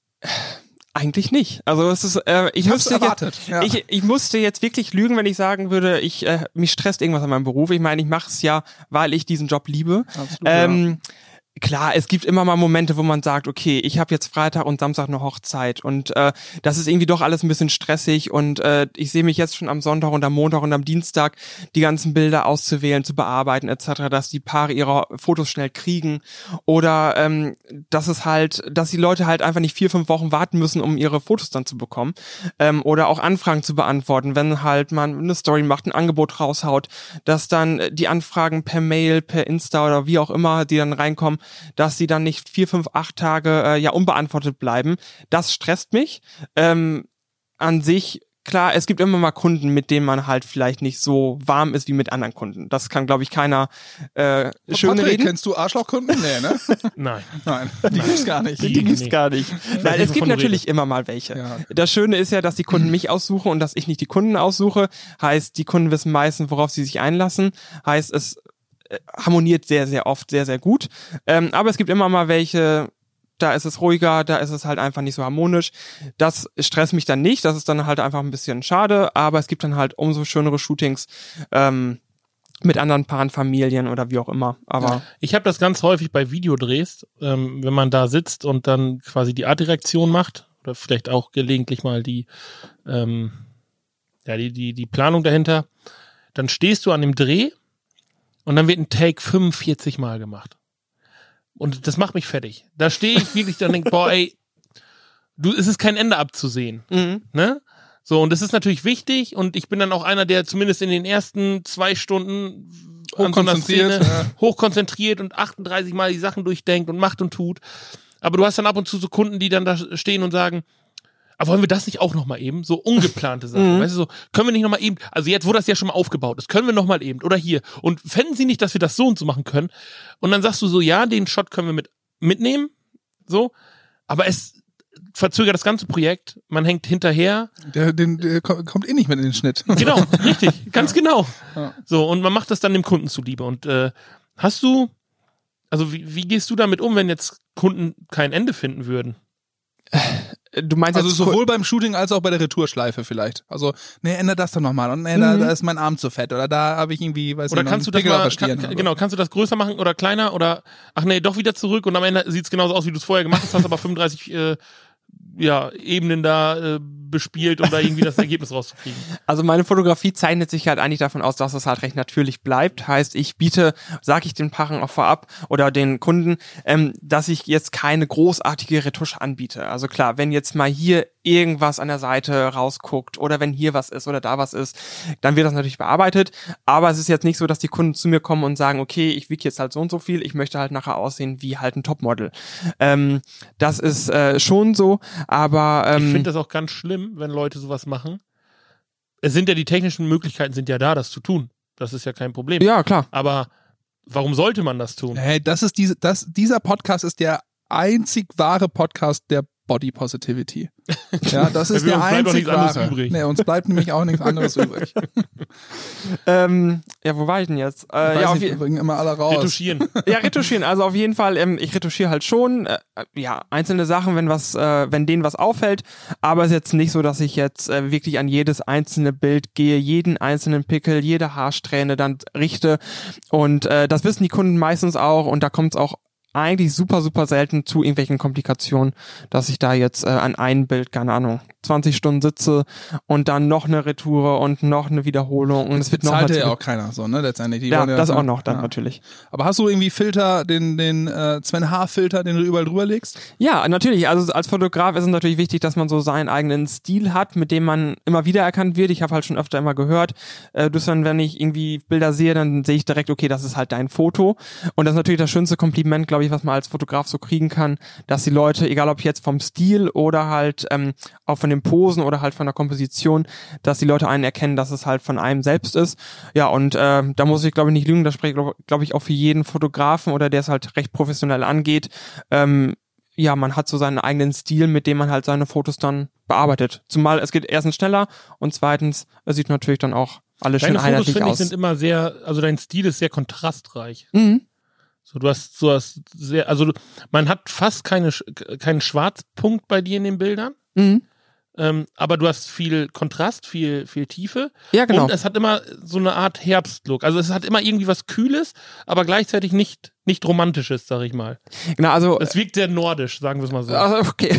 eigentlich nicht. Also es ist, äh, ich, ich müsste erwartet. Jetzt, ja. ich, ich musste jetzt wirklich lügen, wenn ich sagen würde, ich äh, mich stresst irgendwas an meinem Beruf. Ich meine, ich mache es ja, weil ich diesen Job liebe. Absolut, ähm, ja. Klar, es gibt immer mal Momente, wo man sagt, okay, ich habe jetzt Freitag und Samstag eine Hochzeit und äh, das ist irgendwie doch alles ein bisschen stressig und äh, ich sehe mich jetzt schon am Sonntag und am Montag und am Dienstag die ganzen Bilder auszuwählen, zu bearbeiten et cetera, dass die Paare ihre Fotos schnell kriegen oder ähm, dass es halt, dass die Leute halt einfach nicht vier, fünf Wochen warten müssen, um ihre Fotos dann zu bekommen ähm, oder auch Anfragen zu beantworten, wenn halt man eine Story macht, ein Angebot raushaut, dass dann die Anfragen per Mail, per Insta oder wie auch immer, die dann reinkommen, dass sie dann nicht vier, fünf, acht Tage äh, ja unbeantwortet bleiben. Das stresst mich. Ähm, an sich, klar, es gibt immer mal Kunden, mit denen man halt vielleicht nicht so warm ist wie mit anderen Kunden. Das kann, glaube ich, keiner äh, schön Patrick, reden. kennst du Arschlochkunden? Nee, ne? Nein. Nein, die gibt's gar nicht. Die, die gibt's nee. gar nicht. Nein, es gibt natürlich immer mal welche. Ja. Das Schöne ist ja, dass die Kunden mich aussuchen und dass ich nicht die Kunden aussuche. Heißt, die Kunden wissen meistens, worauf sie sich einlassen. Heißt, es äh, harmoniert sehr, sehr oft sehr, sehr gut. Ähm, aber es gibt immer mal welche, da ist es ruhiger, da ist es halt einfach nicht so harmonisch. Das stresst mich dann nicht, das ist dann halt einfach ein bisschen schade, aber es gibt dann halt umso schönere Shootings ähm, mit anderen Paaren, Familien oder wie auch immer. Aber Ich habe das ganz häufig bei Videodrehs, ähm, wenn man da sitzt und dann quasi die Artdirektion macht oder vielleicht auch gelegentlich mal die, ähm, ja, die, die, die Planung dahinter, dann stehst du an dem Dreh und dann wird ein Take fünfundvierzig Mal gemacht. Und das macht mich fertig. Da stehe ich wirklich dann und denke, boah, ey, du, es ist kein Ende abzusehen. mhm. Ne? So, und das ist natürlich wichtig und ich bin dann auch einer, der zumindest in den ersten zwei Stunden an so einer Hochkonzentriert, Szene ja. hochkonzentriert und achtunddreißig Mal die Sachen durchdenkt und macht und tut. Aber du hast dann ab und zu so Kunden, die dann da stehen und sagen, aber wollen wir das nicht auch nochmal eben? So ungeplante Sachen. Mhm. Weißt du, so, können wir nicht nochmal eben, also jetzt, wo das ja schon mal aufgebaut ist, können wir nochmal eben oder hier. Und fänden Sie nicht, dass wir das so und so machen können? Und dann sagst du so, ja, den Shot können wir mit mitnehmen, so, aber es verzögert das ganze Projekt, man hängt hinterher. Der, den, der kommt eh nicht mit in den Schnitt. Genau, richtig, ganz genau. Ja. So, und man macht das dann dem Kunden zuliebe. Und äh, hast du, also wie, wie gehst du damit um, wenn jetzt Kunden kein Ende finden würden? Du meinst Also jetzt sowohl beim Shooting als auch bei der Retourschleife vielleicht. Also, nee, ändere das doch nochmal. Und nee, da, Mhm. da ist mein Arm zu fett. Oder da habe ich irgendwie, weiß Oder nicht, kannst du einen das Pickel auf mal, der Stirn kann, oder so. genau, kannst du das größer machen oder kleiner oder, ach nee, doch wieder zurück und am Ende sieht's genauso aus, wie du es vorher gemacht hast, hast aber fünfunddreißig äh, ja, Ebenen da äh, bespielt, um da irgendwie das Ergebnis rauszukriegen. Also meine Fotografie zeichnet sich halt eigentlich davon aus, dass es halt recht natürlich bleibt. Heißt, ich biete, sage ich den Paaren auch vorab oder den Kunden, ähm, dass ich jetzt keine großartige Retusche anbiete. Also klar, wenn jetzt mal hier irgendwas an der Seite rausguckt oder wenn hier was ist oder da was ist, dann wird das natürlich bearbeitet. Aber es ist jetzt nicht so, dass die Kunden zu mir kommen und sagen, okay, ich wiege jetzt halt so und so viel, ich möchte halt nachher aussehen wie halt ein Topmodel. Ähm, das ist äh, schon so, aber ähm, Ich finde das auch ganz schlimm, wenn Leute sowas machen. Es sind ja die technischen Möglichkeiten sind ja da, das zu tun. Das ist ja kein Problem. ja, klar. Aber warum sollte man das tun? Hey, das ist diese, das, dieser Podcast ist der einzig wahre Podcast der Body Positivity. Ja, das ist Ja, der uns bleibt auch einzig nichts anderes wahre. übrig. Nee, uns bleibt nämlich auch nichts anderes übrig. Ähm, ja, wo war ich denn jetzt? Äh, Weiß ja, auf nicht, je- wir bringen immer alle raus. Retuschieren. ja, retuschieren. Also auf jeden Fall, ähm, ich retuschiere halt schon, äh, ja, einzelne Sachen, wenn was, äh, wenn denen was auffällt. Aber es ist jetzt nicht so, dass ich jetzt äh, wirklich an jedes einzelne Bild gehe, jeden einzelnen Pickel, jede Haarsträhne dann richte. Und äh, das wissen die Kunden meistens auch. Und da kommt es auch eigentlich super, super selten zu irgendwelchen Komplikationen, dass ich da jetzt äh, an einem Bild, keine Ahnung, zwanzig Stunden sitze und dann noch eine Retour und noch eine Wiederholung und es wird noch Zahlt mal ja zu- auch keiner so, ne, letztendlich. Die Ja, wollen das ne? auch noch dann Ja. natürlich. Aber hast du irgendwie Filter, den, den äh, Sven Haar-Filter, den du überall drüber legst? Ja, natürlich. Also als Fotograf ist es natürlich wichtig, dass man so seinen eigenen Stil hat, mit dem man immer wiedererkannt wird. Ich habe halt schon öfter immer gehört, äh, du dann, wenn ich irgendwie Bilder sehe, dann sehe ich direkt, okay, das ist halt dein Foto. Und das ist natürlich das schönste Kompliment, glaube ich, was man als Fotograf so kriegen kann, dass die Leute, egal ob jetzt vom Stil oder halt ähm, auch von den Posen oder halt von der Komposition, dass die Leute einen erkennen, dass es halt von einem selbst ist. Ja, und äh, da muss ich, glaube ich, nicht lügen, das spreche ich, glaube glaub ich, auch für jeden Fotografen oder der es halt recht professionell angeht. Ähm, ja, man hat so seinen eigenen Stil, mit dem man halt seine Fotos dann bearbeitet. Zumal es geht erstens schneller und zweitens, es sieht natürlich dann auch alles schön Deine Fotos, einheitlich finde ich, aus. sind immer sehr, also dein Stil ist sehr kontrastreich. Mhm. So, du hast, du hast sehr, also du, man hat fast keine, Sch- keinen Schwarzpunkt bei dir in den Bildern. Mhm. Ähm, aber du hast viel Kontrast, viel, viel Tiefe. Ja, genau. Und es hat immer so eine Art Herbstlook. Also es hat immer irgendwie was Kühles, aber gleichzeitig nicht, nicht Romantisches, sag ich mal. Genau, also Es wirkt sehr nordisch, sagen wir es mal so. Also, okay.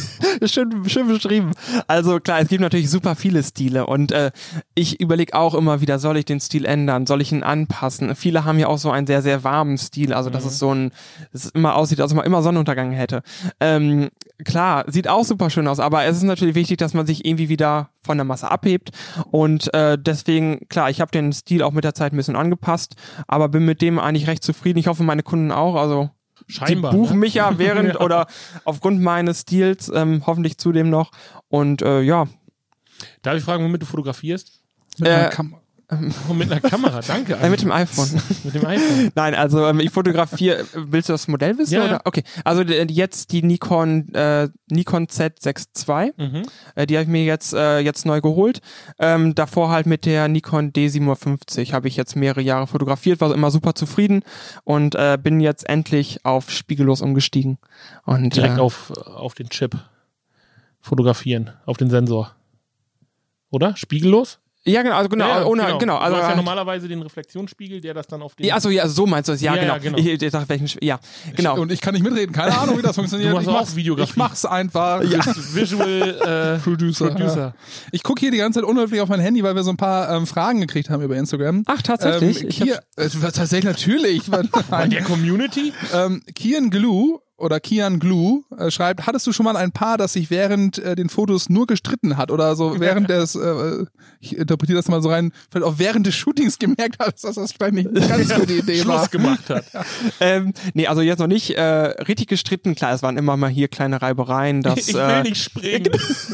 schön, schön beschrieben. Also klar, es gibt natürlich super viele Stile und äh, ich überlege auch immer wieder, soll ich den Stil ändern, soll ich ihn anpassen? Viele haben ja auch so einen sehr, sehr warmen Stil, also dass Mhm. es so ein, dass es immer aussieht, als ob man immer Sonnenuntergang hätte. Ähm, klar, sieht auch super schön aus, aber es ist natürlich wichtig, dass man sich irgendwie wieder von der Masse abhebt und äh, deswegen, klar, ich habe den Stil auch mit der Zeit ein bisschen angepasst, aber bin mit dem eigentlich recht zufrieden. Ich hoffe, meine Kunden auch, also Scheinbar. Die buchen ne? mich ja während Ja. oder aufgrund meines Stils ähm, hoffentlich zudem noch. Und äh, ja. Darf ich fragen, womit du fotografierst? Mit einer Äh, Kamera. Oh, mit einer Kamera, danke. Äh, mit dem iPhone. Mit dem iPhone. Nein, also ähm, ich fotografiere. Willst du das Modell wissen? Ja, oder? ja. Okay, also d- jetzt die Nikon äh, Nikon Z sechs zwei. Mhm. Äh, die habe ich mir jetzt äh, jetzt neu geholt. Ähm, davor halt mit der Nikon D siebenundfünfzig habe ich jetzt mehrere Jahre fotografiert, war immer super zufrieden und äh, bin jetzt endlich auf spiegellos umgestiegen. Und Direkt äh, auf, auf den Chip fotografieren, auf den Sensor. Oder? Spiegellos? ja genau, also genau, Ja, ja, ohne genau. genau, also du hast ja äh, normalerweise den Reflexionsspiegel, der das dann auf den... ja, achso, ja, so meinst du es, ja, Ja, genau. ja, genau. Ich, ich dachte, welchen, Sch- ja, genau. Und ich kann nicht mitreden. Keine Ahnung, wie das funktioniert. Du machst ich auch mach's, Videografie. Ich mach's einfach. Ja. Visual äh, Producer. Producer. Ja. Ich gucke hier die ganze Zeit unhöflich auf mein Handy, weil wir so ein paar ähm, Fragen gekriegt haben über Instagram. Ach, tatsächlich? Ähm, Ich Kier, äh, tatsächlich, natürlich. Bei der Community? ähm, Kian Glue oder Kian Glue äh, schreibt, hattest du schon mal ein Paar, das sich während äh, den Fotos nur gestritten hat oder so während des, äh, ich interpretiere das mal so rein, vielleicht auch während des Shootings gemerkt hat, dass das vielleicht nicht eine ganz gute Idee war. Schluss gemacht hat. Ähm, nee, also jetzt noch nicht äh, richtig gestritten. Klar, es waren immer mal hier kleine Reibereien. Das, Ich will äh, nicht springen.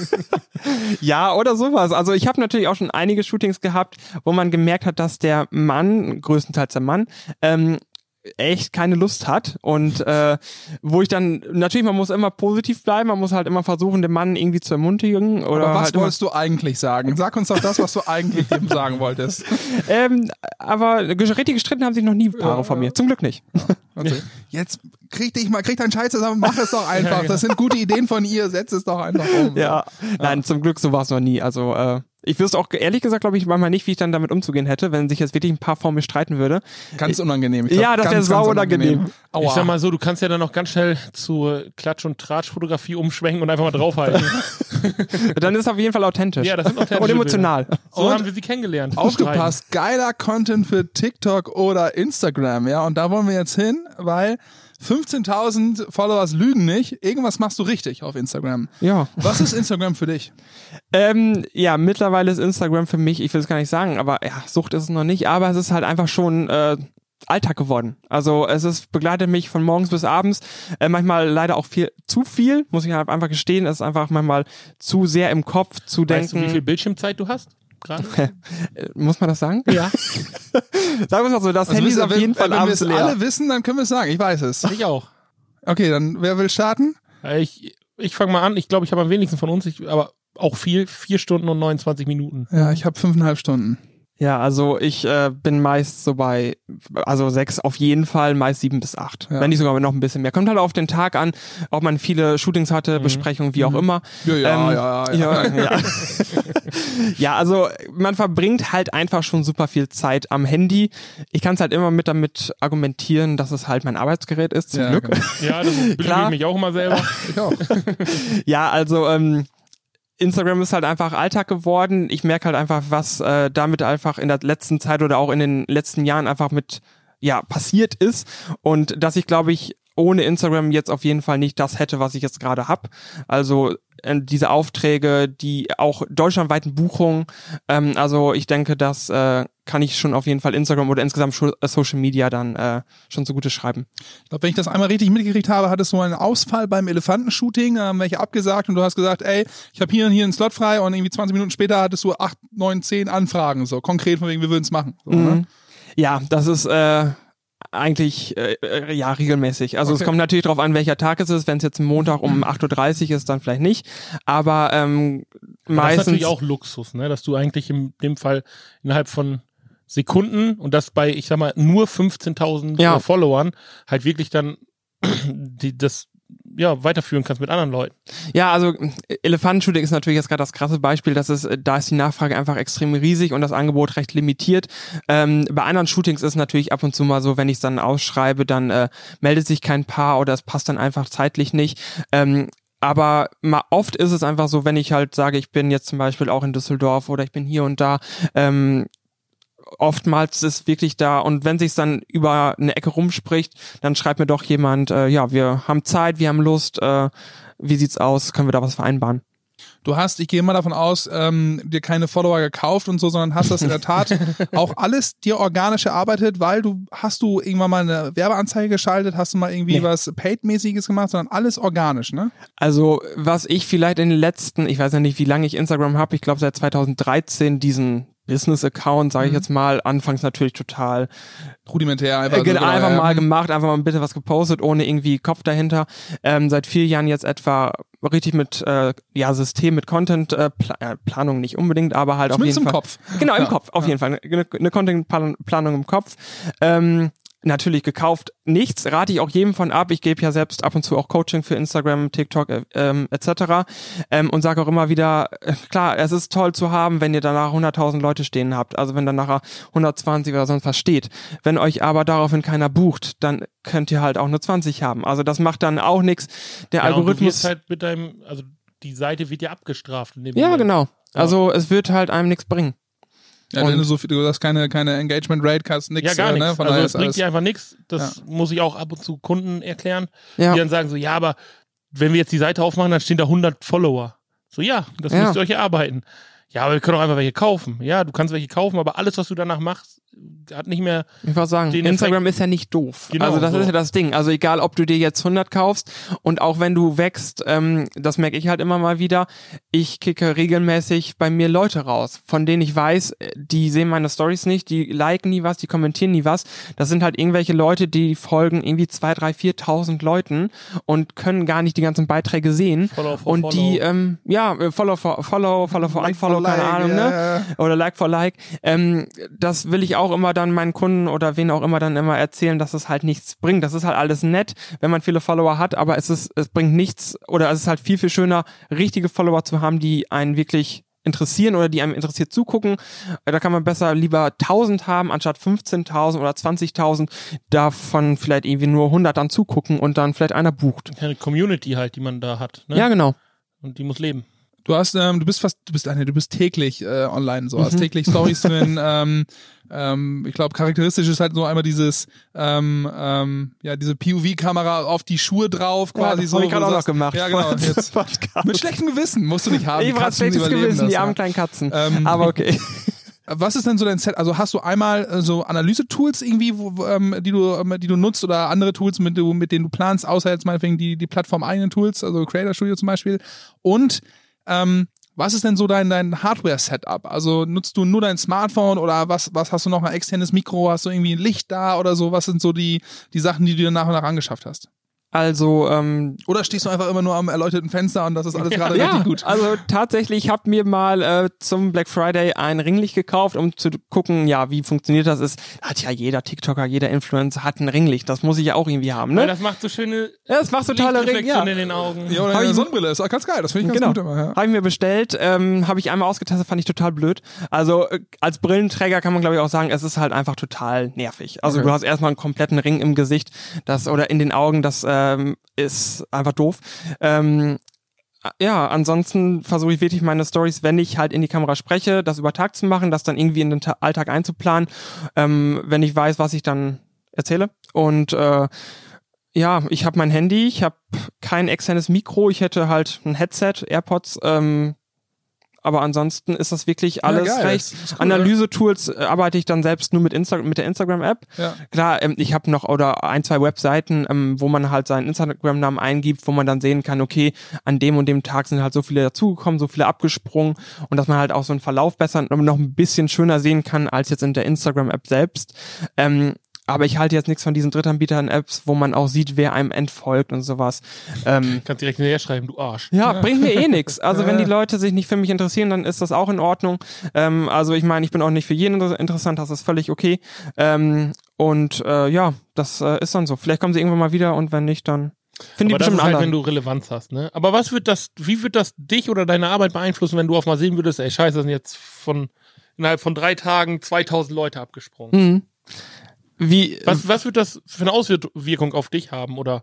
ja, oder sowas. Also ich habe natürlich auch schon einige Shootings gehabt, wo man gemerkt hat, dass der Mann, größtenteils der Mann, ähm, echt keine Lust hat und äh, wo ich dann, natürlich, man muss immer positiv bleiben, man muss halt immer versuchen, den Mann irgendwie zu ermutigen oder Aber was halt immer, wolltest du eigentlich sagen? Sag uns doch das, was du eigentlich dem sagen wolltest. ähm, aber richtig gestritten haben sich noch nie Paare von mir, zum Glück nicht. Also, jetzt krieg dich mal, krieg deinen Scheiß zusammen, mach es doch einfach. Das sind gute Ideen von ihr, setz es doch einfach um. Ja, nein, zum Glück so war es noch nie. Also äh, ich wüsste auch ehrlich gesagt, glaube ich, manchmal nicht, wie ich dann damit umzugehen hätte, wenn sich jetzt wirklich ein Paar vor mir streiten würde. Ganz unangenehm. Ich glaub, Ja, das wäre ganz, sau ganz unangenehm. Aua. Ich sag mal so, du kannst ja dann auch ganz schnell zur Klatsch- und Tratsch-Fotografie umschwenken und einfach mal draufhalten. Dann ist es auf jeden Fall authentisch. Ja, das sind authentische Und emotional. So Und haben wir sie kennengelernt. Aufgepasst, geiler Content für TikTok oder Instagram, ja, und da wollen wir jetzt hin, weil fünfzehntausend Followers lügen nicht, irgendwas machst du richtig auf Instagram. Ja. Was ist Instagram für dich? Ähm, ja, mittlerweile ist Instagram für mich, ich will es gar nicht sagen, aber ja, Sucht ist es noch nicht, aber es ist halt einfach schon äh, Alltag geworden. Also es ist begleitet mich von morgens bis abends, äh, manchmal leider auch viel zu viel, muss ich halt einfach gestehen, es ist einfach manchmal zu sehr im Kopf zu Weißt du, denken. wie viel Bildschirmzeit du hast? Gerade? Äh, Muss man das sagen? Ja. Sagen wir es mal so, das Handy ist wisst ihr, auf jeden wenn, Fall wenn wir abends es leer. alle wissen, dann können wir es sagen, ich weiß es. Ich auch. Okay, dann wer will starten? Ich, ich fange mal an. Ich glaube, ich habe am wenigsten von uns, ich, aber auch viel. Vier Stunden und neunundzwanzig Minuten. Ja, ich habe fünfeinhalb Stunden. Ja, also ich äh, bin meist so bei, also sechs auf jeden Fall, meist sieben bis acht. Ja. Wenn nicht sogar noch ein bisschen mehr. Kommt halt auf den Tag an, ob man viele Shootings hatte, Mhm. Besprechungen, wie auch immer. Ja, ja, Ähm, ja, ja. Ja, ja. Ja, also man verbringt halt einfach schon super viel Zeit am Handy. Ich kann es halt immer mit damit argumentieren, dass es halt mein Arbeitsgerät ist, zum Ja, Glück. genau. Ja, das belügt Klar. mich auch immer selber. Ich auch. Ja, also ähm, Instagram ist halt einfach Alltag geworden. Ich merke halt einfach, was äh, damit einfach in der letzten Zeit oder auch in den letzten Jahren einfach mit ja passiert ist und dass ich, glaube ich, ohne Instagram jetzt auf jeden Fall nicht das hätte, was ich jetzt gerade hab. Also äh, diese Aufträge, die auch deutschlandweiten Buchungen. Ähm, also ich denke, das äh, kann ich schon auf jeden Fall Instagram oder insgesamt Scho- äh, Social Media dann äh, schon so Gutes schreiben. Ich glaube, wenn ich das einmal richtig mitgekriegt habe, hattest du einen Ausfall beim Elefantenshooting, da haben welche abgesagt und du hast gesagt, ey, ich habe hier und hier einen Slot frei und irgendwie zwanzig Minuten später hattest du acht, neun, zehn Anfragen, so konkret von wegen, wir würden es machen. So, Mhm. ne? Ja, das ist äh, eigentlich äh, äh, ja regelmäßig. Also Okay. es kommt natürlich darauf an, welcher Tag es ist. Wenn es jetzt ein Montag um acht Uhr dreißig ist, dann vielleicht nicht. Aber ähm, Aber das ist meistens natürlich auch Luxus, ne? Dass du eigentlich in dem Fall innerhalb von Sekunden und das bei, ich sag mal, nur fünfzehntausend Ja. äh, Followern halt wirklich dann die, das ja weiterführen kannst mit anderen Leuten. Ja, also Elefantenshooting ist natürlich jetzt gerade das krasse Beispiel, dass es, da ist die Nachfrage einfach extrem riesig und das Angebot recht limitiert. Ähm, bei anderen Shootings ist es natürlich ab und zu mal so, wenn ich es dann ausschreibe, dann äh, meldet sich kein Paar oder es passt dann einfach zeitlich nicht. Ähm, aber mal oft ist es einfach so, wenn ich halt sage, ich bin jetzt zum Beispiel auch in Düsseldorf oder ich bin hier und da, ähm, oftmals ist wirklich da und wenn sich's dann über eine Ecke rumspricht, dann schreibt mir doch jemand, äh, ja, wir haben Zeit, wir haben Lust, äh, wie sieht's aus, können wir da was vereinbaren? Du hast, ich gehe mal davon aus, ähm, dir keine Follower gekauft und so, sondern hast das in der Tat auch alles dir organisch erarbeitet, weil du, hast du irgendwann mal eine Werbeanzeige geschaltet, hast du mal irgendwie Nee. was Paid-mäßiges gemacht, sondern alles organisch, ne? Also was ich vielleicht in den letzten, ich weiß ja nicht, wie lange ich Instagram habe, ich glaube seit zweitausenddreizehn diesen Business-Account, sage ich Mhm. jetzt mal, anfangs natürlich total Rudimentär einfach. äh, genau, so, einfach ja. mal gemacht, einfach mal ein bisschen was gepostet, ohne irgendwie Kopf dahinter. Ähm, seit vier Jahren jetzt etwa richtig mit äh, ja System, mit Content, äh, Pla äh, Planung nicht unbedingt, aber halt Zumindest auf jeden im Fall. Kopf. Genau, im Ja, Kopf, auf ja. jeden Fall. Eine, eine Content-Planung im Kopf. Ähm, Natürlich gekauft, nichts, rate ich auch jedem von ab. Ich gebe ja selbst ab und zu auch Coaching für Instagram, TikTok äh, ähm, et cetera. Ähm, und sage auch immer wieder, äh, klar, es ist toll zu haben, wenn ihr danach hunderttausend Leute stehen habt, also wenn dann nachher hundertzwanzig oder sonst was steht. Wenn euch aber daraufhin keiner bucht, dann könnt ihr halt auch nur zwanzig haben. Also das macht dann auch nichts. Der Ja, und du Algorithmus... wirst halt mit deinem, also die Seite wird ja abgestraft. In dem ja, Moment. genau. Also es wird halt einem nichts bringen. Ja, wenn du so viel, du hast keine, keine Engagement Rate, hast nix. Ja, gar äh, nichts. Ne? Von Also daher es ist bringt alles, dir einfach nichts. Das muss ich auch ab und zu Kunden erklären, Ja. die dann sagen so, ja, aber wenn wir jetzt die Seite aufmachen, dann stehen da hundert Follower. So, ja, das Ja. müsst ihr euch erarbeiten. Ja, aber wir können auch einfach welche kaufen. Ja, du kannst welche kaufen, aber alles, was du danach machst, hat nicht mehr... Ich wollte sagen, Den Instagram Effekt- ist ja nicht doof. Genau, also das so. ist ja das Ding. Also egal, ob du dir jetzt hundert kaufst und auch wenn du wächst, ähm, das merke ich halt immer mal wieder, ich kicke regelmäßig bei mir Leute raus, von denen ich weiß, die sehen meine Stories nicht, die liken nie was, die kommentieren nie was. Das sind halt irgendwelche Leute, die folgen irgendwie zwei, drei, viertausend Leuten und können gar nicht die ganzen Beiträge sehen. Follow for und follow. die, ähm, ja, Follow for Follow, Follow for Like for Unfollow, keine like, Ahnung, ja, ne? Oder Like for Like. Ähm, das will ich auch immer dann meinen Kunden oder wen auch immer dann immer erzählen, dass es halt nichts bringt. Das ist halt alles nett, wenn man viele Follower hat, aber es ist, es bringt nichts oder es ist halt viel, viel schöner, richtige Follower zu haben, die einen wirklich interessieren oder die einem interessiert zugucken. Da kann man besser lieber tausend haben, anstatt fünfzehntausend oder zwanzigtausend, davon vielleicht irgendwie nur hundert dann zugucken und dann vielleicht einer bucht. Eine Community halt, die man da hat. Ne? Ja, genau. Und die muss leben. Du hast, ähm, du bist fast, du bist, nee, du bist täglich äh, online, so hast Mhm. täglich Stories drin. ähm, ähm, ich glaube, charakteristisch ist halt so einmal dieses, ähm, ähm, ja, diese P O V-Kamera auf die Schuhe drauf, quasi das so. habe ich gerade wo auch du noch sagst- gemacht. Ja, genau. Jetzt, Podcast. mit schlechtem Gewissen musst du nicht haben. Ich war Katzen schlechtes überleben Gewissen, das, die ja. armen kleinen Katzen. Ähm, Aber okay. Was ist denn so dein Set? Also hast du einmal äh, so Analyse-Tools irgendwie, wo, wo, ähm, die du, ähm, die du nutzt oder andere Tools, mit, du, mit denen du planst, außer jetzt meinetwegen die, die plattformeigenen Tools, also Creator Studio zum Beispiel. Und ähm, was ist denn so dein, dein Hardware-Setup? Also nutzt du nur dein Smartphone oder was, was hast du noch, ein externes Mikro? Hast du irgendwie ein Licht da oder so? Was sind so die, die Sachen, die du dir nach und nach angeschafft hast? Also, ähm, Oder stehst du einfach immer nur am erleuchteten Fenster und das ist alles gerade ja, richtig gut? also tatsächlich, ich habe mir mal äh, zum Black Friday ein Ringlicht gekauft, um zu gucken, ja, wie funktioniert das ist. Hat ja jeder TikToker, jeder Influencer hat ein Ringlicht, das muss ich ja auch irgendwie haben, Weil ne? das macht so schöne Ja, das macht so tolle Ringe, Lichtreflexion ja. in den Augen. Ja, oder Hab eine ich- Sonnenbrille, ist auch ganz geil, das finde ich ganz Genau. gut immer. Ja. Habe ich mir bestellt, ähm, habe ich einmal ausgetestet, fand ich total blöd. Also äh, als Brillenträger kann man glaube ich auch sagen, es ist halt einfach total nervig. Also Okay. du hast erstmal einen kompletten Ring im Gesicht, das oder in den Augen, das ähm, ist einfach doof. Ähm, ja, ansonsten versuche ich wirklich meine Stories, wenn ich halt in die Kamera spreche, das über Tag zu machen, das dann irgendwie in den Ta- Alltag einzuplanen, ähm, wenn ich weiß, was ich dann erzähle. Und äh, ja, ich habe mein Handy, ich habe kein externes Mikro, ich hätte halt ein Headset, AirPods, ähm, aber ansonsten ist das wirklich alles geil, recht. das ist cool, Analyse-Tools äh, arbeite ich dann selbst nur mit Insta mit der Instagram-App. Ja. Klar, ähm, ich habe noch oder ein, zwei Webseiten, ähm, wo man halt seinen Instagram-Namen eingibt, wo man dann sehen kann, okay, an dem und dem Tag sind halt so viele dazugekommen, so viele abgesprungen und dass man halt auch so einen Verlauf besser und noch ein bisschen schöner sehen kann als jetzt in der Instagram-App selbst. Ähm, aber ich halte jetzt nichts von diesen Drittanbietern-Apps, wo man auch sieht, wer einem entfolgt und sowas. Ähm, Kannst direkt hinterher schreiben, du Arsch. ja, bringt mir eh nix. Also Ja, wenn die ja. Leute sich nicht für mich interessieren, dann ist das auch in Ordnung. Ähm, also ich meine, ich bin auch nicht für jeden inter- interessant, das ist völlig okay. Ähm, und äh, ja, das äh, ist dann so. Vielleicht kommen sie irgendwann mal wieder und wenn nicht, dann finde ich Aber das bestimmt ist einen halt, wenn anderen. du Relevanz hast, ne? Aber was wird das, wie wird das dich oder deine Arbeit beeinflussen, wenn du auf mal sehen würdest, ey, scheiße, da sind jetzt von, innerhalb von drei Tagen zweitausend Leute abgesprungen. Mhm. Wie, Was, was wird das für eine Auswirkung auf dich haben? Oder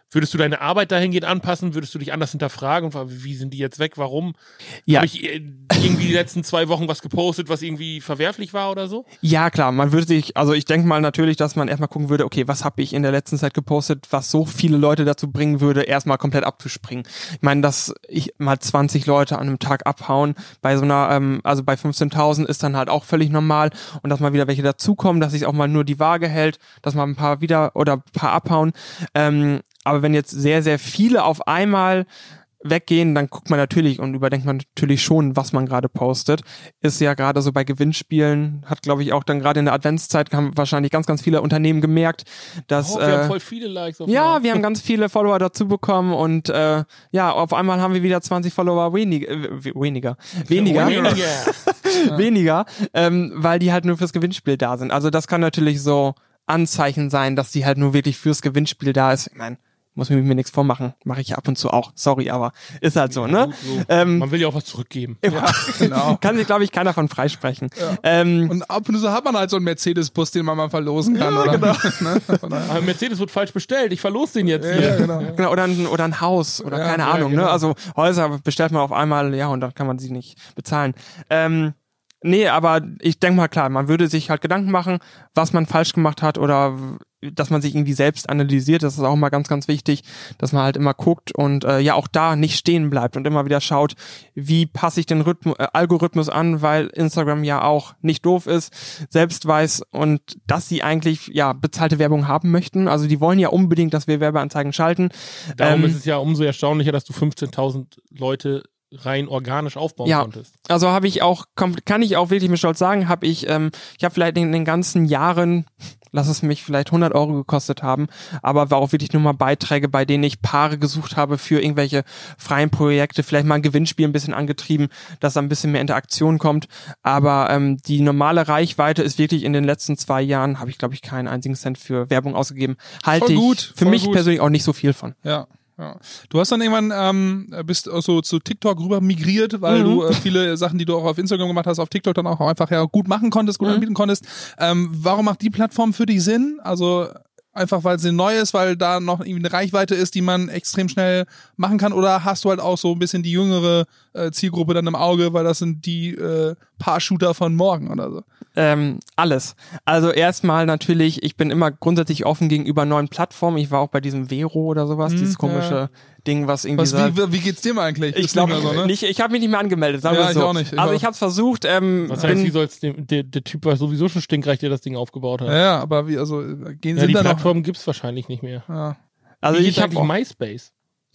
Würdest du deine Arbeit dahingehend anpassen? Würdest du dich anders hinterfragen? Wie sind die jetzt weg? Warum? Ja. Habe ich irgendwie die letzten zwei Wochen was gepostet, was irgendwie verwerflich war oder so? Ja, klar, man würde sich, also ich denke mal natürlich, dass man erstmal gucken würde, okay, was habe ich in der letzten Zeit gepostet, was so viele Leute dazu bringen würde, erstmal komplett abzuspringen. Ich meine, dass ich mal zwanzig Leute an einem Tag abhauen, bei so einer, ähm, also bei fünfzehntausend ist dann halt auch völlig normal und dass mal wieder welche dazukommen, dass sich auch mal nur die Waage hält, dass mal ein paar wieder oder ein paar abhauen. Ähm, aber wenn jetzt sehr, sehr viele auf einmal weggehen, dann guckt man natürlich und überdenkt man natürlich schon, was man gerade postet. Ist ja gerade so bei Gewinnspielen, hat glaube ich auch dann gerade in der Adventszeit haben wahrscheinlich ganz, ganz viele Unternehmen gemerkt, dass Oh, wir äh, haben voll viele Likes auf ja, dem wir haben ganz viele Follower dazu bekommen und äh, ja, auf einmal haben wir wieder zwanzig Follower wenig, äh, weniger, weniger, Weniger. weniger, ähm, weil die halt nur fürs Gewinnspiel da sind. Also das kann natürlich so Anzeichen sein, dass die halt nur wirklich fürs Gewinnspiel da ist. Ich meine, muss mir, mir nichts vormachen, mache ich ab und zu auch. Sorry, aber ist halt so, ne? Gut, so. Ähm, Man will ja auch was zurückgeben. Ja, genau. kann sich, glaube ich, keiner von freisprechen. Ja. Ähm, Und ab und zu hat man halt so einen Mercedes-Bus, den man mal verlosen kann. Ja, oder? genau. Ne? Von daher- Aber Mercedes wird falsch bestellt. Ich verlose den jetzt Ja, hier. ja, genau. Genau, oder ein, oder ein Haus oder Ja, keine ja, Ahnung, genau. ne? Also Häuser bestellt man auf einmal, ja, und dann kann man sie nicht bezahlen. Ähm, nee, aber ich denke mal, klar, man würde sich halt Gedanken machen, was man falsch gemacht hat oder w- dass man sich irgendwie selbst analysiert. Das ist auch mal ganz, ganz wichtig, dass man halt immer guckt und äh, ja auch da nicht stehen bleibt und immer wieder schaut, wie passe ich den Rhythmus, äh, Algorithmus an, weil Instagram ja auch nicht doof ist, selbst weiß und dass sie eigentlich ja bezahlte Werbung haben möchten. Also die wollen ja unbedingt, dass wir Werbeanzeigen schalten. Darum Ähm, ist es ja umso erstaunlicher, dass du fünfzehntausend Leute rein organisch aufbauen Ja. konntest. Also habe ich auch, kom- kann ich auch wirklich mit Stolz sagen, habe ich, ähm, ich habe vielleicht in den ganzen Jahren, lass es mich vielleicht hundert Euro gekostet haben, aber war auch wirklich nur mal Beiträge, bei denen ich Paare gesucht habe für irgendwelche freien Projekte, vielleicht mal ein Gewinnspiel ein bisschen angetrieben, dass da ein bisschen mehr Interaktion kommt, aber ähm, die normale Reichweite ist wirklich in den letzten zwei Jahren, habe ich glaube ich keinen einzigen Cent für Werbung ausgegeben, halte Voll ich gut, für voll mich gut. persönlich auch nicht so viel von. Ja. Ja. Du hast dann irgendwann ähm, bist auch so zu TikTok rüber migriert, weil Mhm. du äh, viele Sachen, die du auch auf Instagram gemacht hast, auf TikTok dann auch einfach ja gut machen konntest, gut Mhm. anbieten konntest. Ähm, warum macht die Plattform für dich Sinn? Also einfach, weil sie neu ist, weil da noch irgendwie eine Reichweite ist, die man extrem schnell machen kann? Oder hast du halt auch so ein bisschen die jüngere äh, Zielgruppe dann im Auge, weil das sind die äh, Paar-Shooter von morgen oder so? Ähm, alles. Also erstmal natürlich, ich bin immer grundsätzlich offen gegenüber neuen Plattformen. Ich war auch bei diesem Vero oder sowas, Hm, dieses komische ja. Ding, was irgendwie Was, sagt, wie, wie geht's dir mal eigentlich? ich Ist glaube nicht mehr so, ne? nicht, ich habe mich nicht mehr angemeldet, sagen Ja, wir ich so. auch nicht. Ich also auch. ich habe es versucht, ähm, Was heißt, bin, wie soll's dem, der, der Typ war sowieso schon stinkreich, der das Ding aufgebaut hat. Ja, ja, aber wie, also äh, gehen Ja, sind die da noch. Plattform gibt's wahrscheinlich nicht mehr. Ja. also Wie ich geht habe eigentlich MySpace?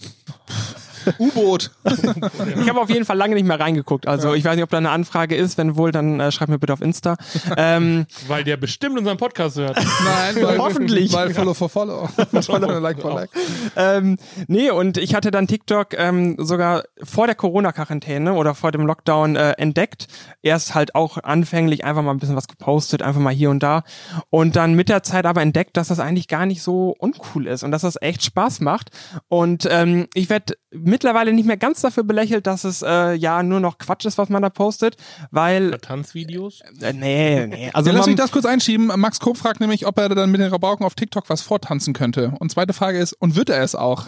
U-Boot. ich habe auf jeden Fall lange nicht mehr reingeguckt. Also Ja. ich weiß nicht, ob da eine Anfrage ist, wenn wohl, dann äh, schreibt mir bitte auf Insta. ähm, Weil der bestimmt unseren Podcast hört. Nein, weil, Hoffentlich. Weil Follow for Follow. Follow, like for like. Ähm, nee, und ich hatte dann TikTok ähm, sogar vor der Corona-Quarantäne oder vor dem Lockdown äh, entdeckt. Erst halt auch anfänglich einfach mal ein bisschen was gepostet, einfach mal hier und da. Und dann mit der Zeit aber entdeckt, dass das eigentlich gar nicht so uncool ist und dass das echt Spaß macht. Und ähm, ich werde mittlerweile nicht mehr ganz dafür belächelt, dass es äh, ja nur noch Quatsch ist, was man da postet, weil... Tanzvideos? Äh, nee, nee. Also Ja, lass mich man, das kurz einschieben. Max Kopp fragt nämlich, ob er dann mit den Rabauken auf TikTok was vortanzen könnte. Und zweite Frage ist, und wird er es auch?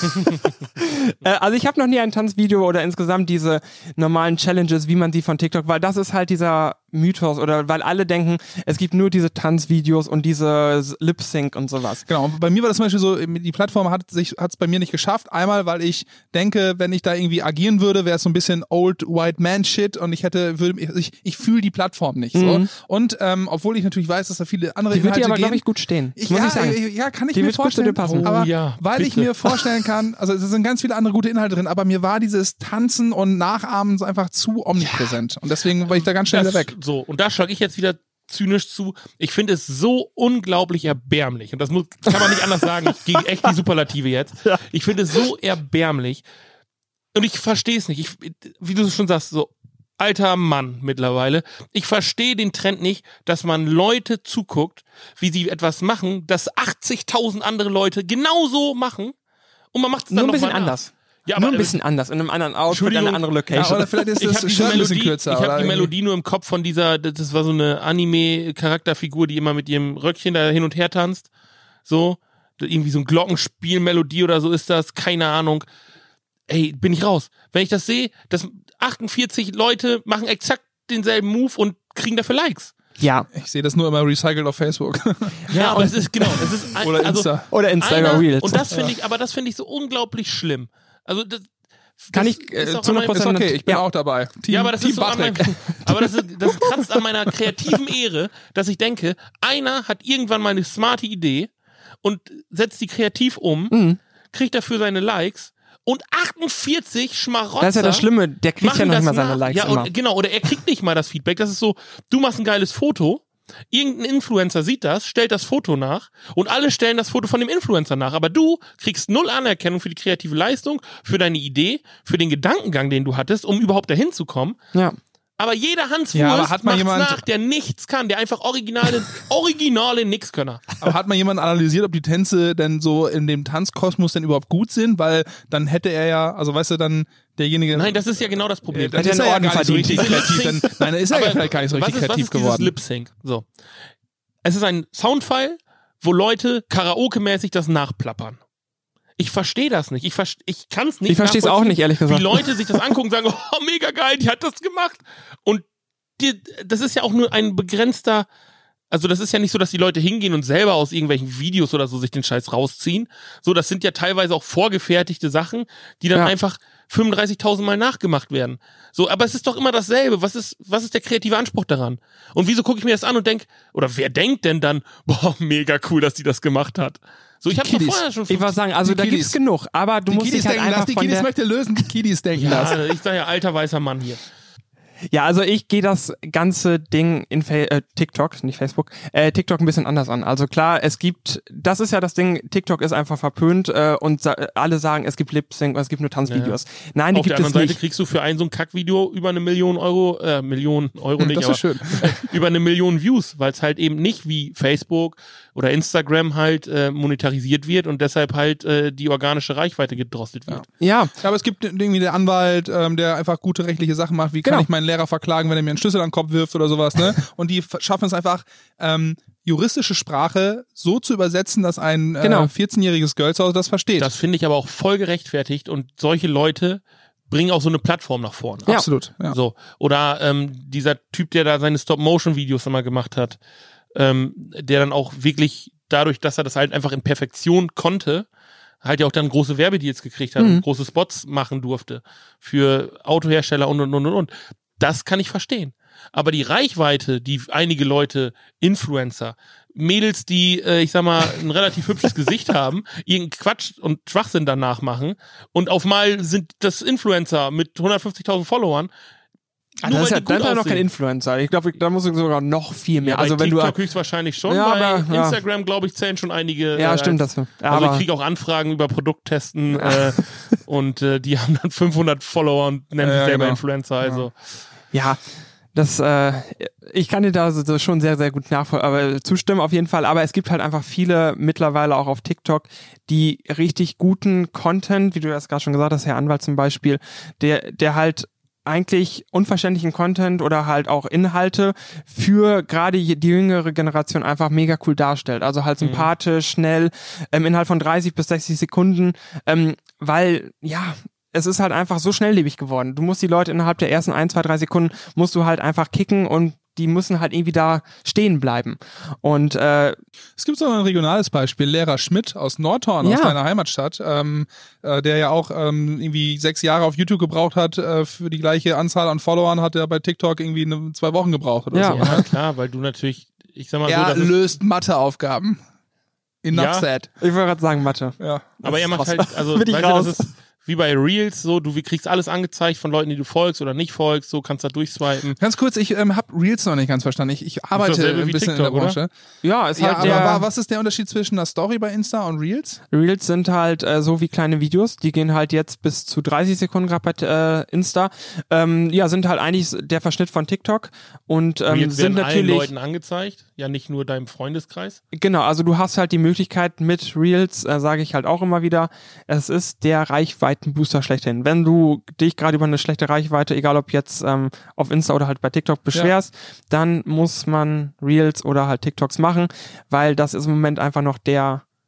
Äh, also ich habe noch nie ein Tanzvideo oder insgesamt diese normalen Challenges, wie man die von TikTok, weil das ist halt dieser Mythos oder weil alle denken, es gibt nur diese Tanzvideos und diese Lip-Sync und sowas. Genau, und bei mir war das zum Beispiel so, die Plattform hat sich hat's bei mir nicht geschafft. Einmal, weil ich denke, wenn ich da irgendwie agieren würde, wäre es so ein bisschen Old White Man Shit und ich hätte, würde, ich, ich fühle die Plattform nicht so. Mhm. Und ähm, obwohl ich natürlich weiß, dass da viele andere Die wird Inhalte dir aber, gehen. glaube ich, gut stehen. Ich, muss ja, ich sagen. ja, kann ich Die mir wird gut zu dir vorstellen. passen. Aber Oh ja, weil ich bitte. mir vorstellen kann, also es sind ganz viele andere gute Inhalte drin, aber mir war dieses Tanzen und Nachahmen so einfach zu omnipräsent. Und deswegen war ich da ganz schnell Das, wieder weg. So, und da schlage ich jetzt wieder zynisch zu. Ich finde es so unglaublich erbärmlich. Und das muss, kann man nicht anders sagen. Ich gehe echt die Superlative jetzt. Ja. Ich finde es so erbärmlich. Und ich verstehe es nicht. Ich, wie du schon sagst, so alter Mann mittlerweile. Ich verstehe den Trend nicht, dass man Leute zuguckt, wie sie etwas machen, dass achtzigtausend andere Leute genauso machen. Und man macht es dann Nur ein noch bisschen mal nach. anders. Ja, Nur aber ein bisschen anders, in einem anderen Outfit, Entschuldigung. eine andere Ja, Location. oder vielleicht ist ich das habe die Shirt ein bisschen Melodie, kürzer. ich oder habe die irgendwie. Melodie nur im Kopf von dieser, das war so eine Anime-Charakterfigur, die immer mit ihrem Röckchen da hin und her tanzt. So, irgendwie so ein Glockenspielmelodie oder so ist das, keine Ahnung. Ey, bin ich raus. Wenn ich das sehe, dass achtundvierzig Leute machen exakt denselben Move und kriegen dafür Likes. Ja. Ich sehe das nur immer recycelt auf Facebook. Ja, aber es ist, genau, es ist ein, Oder also Insta. Oder Instagram Reels. Und das finde ich, aber das finde ich so unglaublich schlimm. Also das, Kann das ich äh, ist auch zu an hundert meinem- Ist Prozent okay, ich bin ja. auch dabei. Team, Ja, aber das Team ist so an Patrick. meinem, aber das, ist, das kratzt an meiner kreativen Ehre, dass ich denke, einer hat irgendwann mal eine smarte Idee und setzt die kreativ um, Mhm. kriegt dafür seine Likes und achtundvierzig Schmarotzer. Das ist ja das Schlimme, der kriegt machen ja noch das nicht mal seine nach. Likes ja, immer. und, genau, oder er kriegt nicht mal das Feedback. Das ist so, du machst ein geiles Foto, irgendein Influencer sieht das, stellt das Foto nach und alle stellen das Foto von dem Influencer nach. Aber du kriegst null Anerkennung für die kreative Leistung, für deine Idee, für den Gedankengang, den du hattest, um überhaupt dahin zu kommen. Ja. Aber jeder Hans Ja, aber Wurst hat mal macht's jemand- nach, der nichts kann, der einfach originale, originale Nixkönner. Aber hat mal jemand analysiert, ob die Tänze denn so in dem Tanzkosmos denn überhaupt gut sind? Weil dann hätte er ja, also weißt du, dann derjenige... Nein, das ist ja genau das Problem. dann Hat er ist er einen ja Orden gar nicht so verdient. richtig kreativ. Dann, nein, dann ist er ja Aber vielleicht gar nicht so richtig was ist, kreativ was ist geworden. Dieses Lip-Sync? So. Es ist ein Soundfile, wo Leute Karaoke-mäßig das nachplappern. Ich verstehe das nicht. Ich, verste- ich kann es nicht Ich verstehe es auch nachvollziehen, nicht, ehrlich gesagt. wie Leute sich das angucken und sagen, oh, mega geil, die hat das gemacht. Und die, das ist ja auch nur ein begrenzter, also das ist ja nicht so, dass die Leute hingehen und selber aus irgendwelchen Videos oder so sich den Scheiß rausziehen. So, das sind ja teilweise auch vorgefertigte Sachen, die dann Ja. einfach fünfunddreißigtausend Mal nachgemacht werden. So, aber es ist doch immer dasselbe. Was ist, was ist der kreative Anspruch daran? Und wieso gucke ich mir das an und denk, oder wer denkt denn dann, boah, mega cool, dass die das gemacht hat? So, ich habe doch Kiddies. vorher schon Ich wollte sagen, also Die da Kiddies. gibt's genug, aber du Die musst Kiddies dich halt denken das, einfach die von Kiddies der... möchte lösen, die Kiddies denken das. ja, ich sage ja, alter weißer Mann hier. Ja, also ich gehe das ganze Ding in Fa äh, TikTok, nicht Facebook, äh, TikTok ein bisschen anders an. Also klar, es gibt, das ist ja das Ding, TikTok ist einfach verpönt äh, und sa alle sagen, es gibt Lip-Sync, es gibt nur Tanzvideos. Nein, die Auf der gibt es anderen Seite nicht. kriegst du für ein so ein Kackvideo über eine Million Euro, äh, Millionen Euro nicht, Das ist schön. über eine Million Views, weil es halt eben nicht wie Facebook oder Instagram halt äh, monetarisiert wird und deshalb halt äh, die organische Reichweite gedrosselt wird. Ja, Ja, aber es gibt irgendwie der Anwalt, ähm, der einfach gute rechtliche Sachen macht. Wie kann Genau. ich meinen Lehrer verklagen, wenn er mir einen Schlüssel an den Kopf wirft oder sowas, ne? Und die f- schaffen es einfach, ähm, juristische Sprache so zu übersetzen, dass ein äh, Genau. vierzehnjähriges Girl zu Hause das versteht. Das finde ich aber auch voll gerechtfertigt und solche Leute bringen auch so eine Plattform nach vorne. Ja. Absolut, ja. So. Oder ähm, dieser Typ, der da seine Stop-Motion-Videos immer gemacht hat, ähm, der dann auch wirklich dadurch, dass er das halt einfach in Perfektion konnte, halt ja auch dann große Werbedeals gekriegt hat Mhm. und große Spots machen durfte für Autohersteller und und und und und. Das kann ich verstehen. Aber die Reichweite, die einige Leute, Influencer, Mädels, die, äh, ich sag mal, ein relativ hübsches Gesicht haben, irgendeinen Quatsch und Schwachsinn danach machen und auf mal sind das Influencer mit hundertfünfzigtausend Followern. Ah, nur das ist weil ja die dann gut ist er noch kein aussehen. Influencer. Ich glaube, da muss ich sogar noch viel mehr. Ja, also bei wenn TikTok du höchstwahrscheinlich schon, Ja, bei aber, ja. Instagram, glaube ich, zählen schon einige. ja, äh, stimmt als- das. Ja, Also aber ich kriege auch Anfragen über Produkttesten äh, und äh, die haben dann fünfhundert Follower und nennen sich Ja, selber genau. Influencer. Also ja, das, äh, ich kann dir da so, so schon sehr, sehr gut nachvoll aber zustimmen auf jeden Fall. Aber es gibt halt einfach viele mittlerweile auch auf TikTok, die richtig guten Content, wie du das gerade schon gesagt hast, Herr Anwalt zum Beispiel, der, der halt eigentlich unverständlichen Content oder halt auch Inhalte für gerade die jüngere Generation einfach mega cool darstellt. Also halt sympathisch, schnell, im Inhalt von dreißig bis sechzig Sekunden, ähm, weil, ja, es ist halt einfach so schnelllebig geworden. Du musst die Leute innerhalb der ersten ein, zwei, drei Sekunden musst du halt einfach kicken und die müssen halt irgendwie da stehen bleiben. Und äh, Es gibt so ein regionales Beispiel, Lehrer Schmidt aus Nordhorn, Ja. aus deiner Heimatstadt, ähm, äh, der ja auch ähm, irgendwie sechs Jahre auf YouTube gebraucht hat, äh, für die gleiche Anzahl an Followern hat er bei TikTok irgendwie eine, zwei Wochen gebraucht oder Ja. so. ja, klar, weil du natürlich, ich sag mal so, Er das ist, löst Matheaufgaben. Enough Ja. said. ich wollte gerade sagen Mathe. Ja. aber er macht halt, also Bin ich weißt du, raus. das ist wie bei Reels, so, du kriegst alles angezeigt von Leuten, die du folgst oder nicht folgst, so kannst da durchswipen. Ganz kurz, ich ähm, habe Reels noch nicht ganz verstanden. Ich, ich arbeite dasselbe ein wie bisschen TikTok, in der oder? Branche. Ja, ist Ja, halt aber der wa- was ist der Unterschied zwischen einer Story bei Insta und Reels? Reels sind halt äh, so wie kleine Videos, die gehen halt jetzt bis zu dreißig Sekunden gerade bei äh, Insta. Ähm, ja, sind halt eigentlich der Verschnitt von TikTok und ähm, Reels sind werden allen natürlich Leuten angezeigt, ja nicht nur deinem Freundeskreis. genau, also du hast halt die Möglichkeit mit Reels, äh, sage ich halt auch immer wieder, es ist der Reichweitenbooster schlechthin. Wenn du dich gerade über eine schlechte Reichweite, egal ob jetzt ähm, auf Insta oder halt bei TikTok beschwerst, dann muss man Reels oder halt TikToks machen, weil das ist im Moment einfach noch der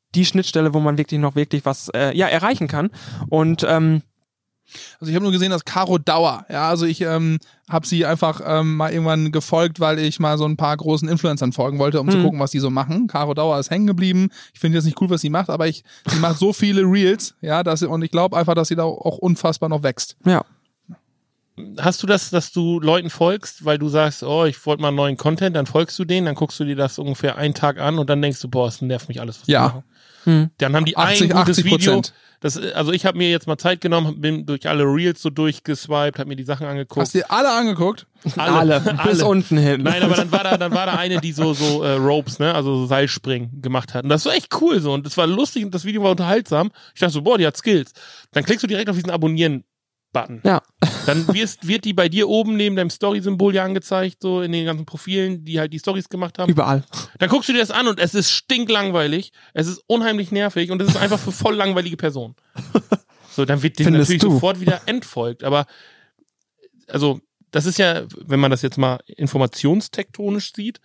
die Schnittstelle, wo man wirklich noch wirklich was äh, ja erreichen kann. Und ähm, Also ich habe nur gesehen, dass Caro Dauer, ja, also ich ähm, habe sie einfach ähm, mal irgendwann gefolgt, weil ich mal so ein paar großen Influencern folgen wollte, um Mhm. zu gucken, was die so machen. Caro Dauer ist hängen geblieben. Ich finde jetzt nicht cool, was sie macht, aber ich, sie macht so viele Reels, ja, dass sie, und ich glaube einfach, dass sie da auch unfassbar noch wächst. ja. Hast du das, dass du Leuten folgst, weil du sagst, oh, ich wollte mal neuen Content, dann folgst du denen, dann guckst du dir das ungefähr einen Tag an und dann denkst du, boah, es nervt mich alles, was Ja. die machen. Hm. Dann haben die achtzig, ein gutes achtzig Video. Prozent. Das, also ich habe mir jetzt mal Zeit genommen, bin durch alle Reels so durchgeswiped, habe mir die Sachen angeguckt. Hast du dir alle angeguckt? Alle, bis unten hin. Nein, aber dann war da, dann war da eine, die so, so äh, Ropes, ne, also so Seilspringen gemacht hat. Und das war echt cool so. Und das war lustig und das Video war unterhaltsam. Ich dachte so, boah, die hat Skills. Dann klickst du direkt auf diesen Abonnieren-Button. Ja. Dann wirst, wird die bei dir oben neben deinem Story-Symbol ja angezeigt, so in den ganzen Profilen, die halt die Stories gemacht haben. Überall. Dann guckst du dir das an und es ist stinklangweilig, es ist unheimlich nervig und es ist einfach für voll langweilige Personen. So, dann wird dir Findest natürlich du? sofort wieder entfolgt. Aber, also, das ist ja, wenn man das jetzt mal informationstektonisch sieht,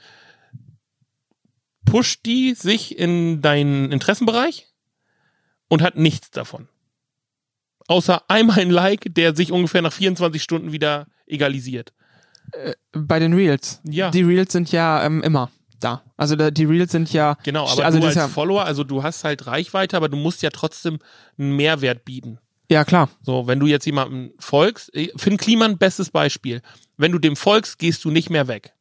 pusht die sich in deinen Interessenbereich und hat nichts davon. Außer einmal ein Like, der sich ungefähr nach vierundzwanzig Stunden wieder egalisiert. Bei den Reels. Ja. Die Reels sind ja ähm, immer da. Also da, die Reels sind ja... Genau, aber also du das als ist ja, Follower, also du hast halt Reichweite, aber du musst ja trotzdem einen Mehrwert bieten. ja, klar. So, wenn du jetzt jemandem folgst, Finn Kliman, bestes Beispiel. Wenn du dem folgst, gehst du nicht mehr weg.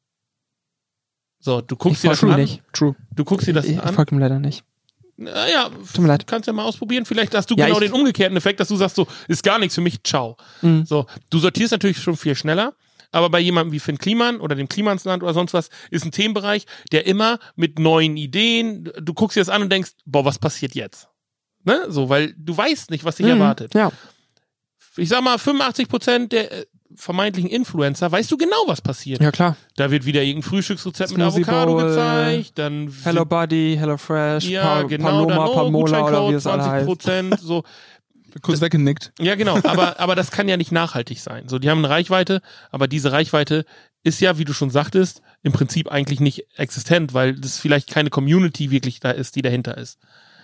So, du guckst Ich dir das folge an. ihm nicht. True. Du guckst dir das Ich, ich an. folge ihm leider nicht. Naja, Tut mir leid. kannst ja mal ausprobieren. Vielleicht hast du Ja, genau ich- den umgekehrten Effekt, dass du sagst so, ist gar nichts für mich, ciao. Mhm. So, du sortierst natürlich schon viel schneller, aber bei jemandem wie Finn Kliman oder dem Klimansland oder sonst was, ist ein Themenbereich, der immer mit neuen Ideen, du guckst dir das an und denkst, boah, was passiert jetzt? Ne? So, weil du weißt nicht, was dich Mhm. erwartet. Ja. Ich sag mal, fünfundachtzig Prozent der äh, vermeintlichen Influencer, weißt du genau, was passiert. Ja, klar. Da wird wieder irgendein Frühstücksrezept mit Smoothie Avocado Bowl, gezeigt, dann Hello sind- Buddy, Hello Fresh, ja, pa genau, dann, Paloma, oh, Pamola oder wie Gutscheincode, es alle zwanzig heißt. Prozent, so. Kurz weggenickt. Ja, genau, aber, aber das kann ja nicht nachhaltig sein. So, die haben eine Reichweite, aber diese Reichweite ist ja, wie du schon sagtest, im Prinzip eigentlich nicht existent, weil das vielleicht keine Community wirklich da ist, die dahinter ist.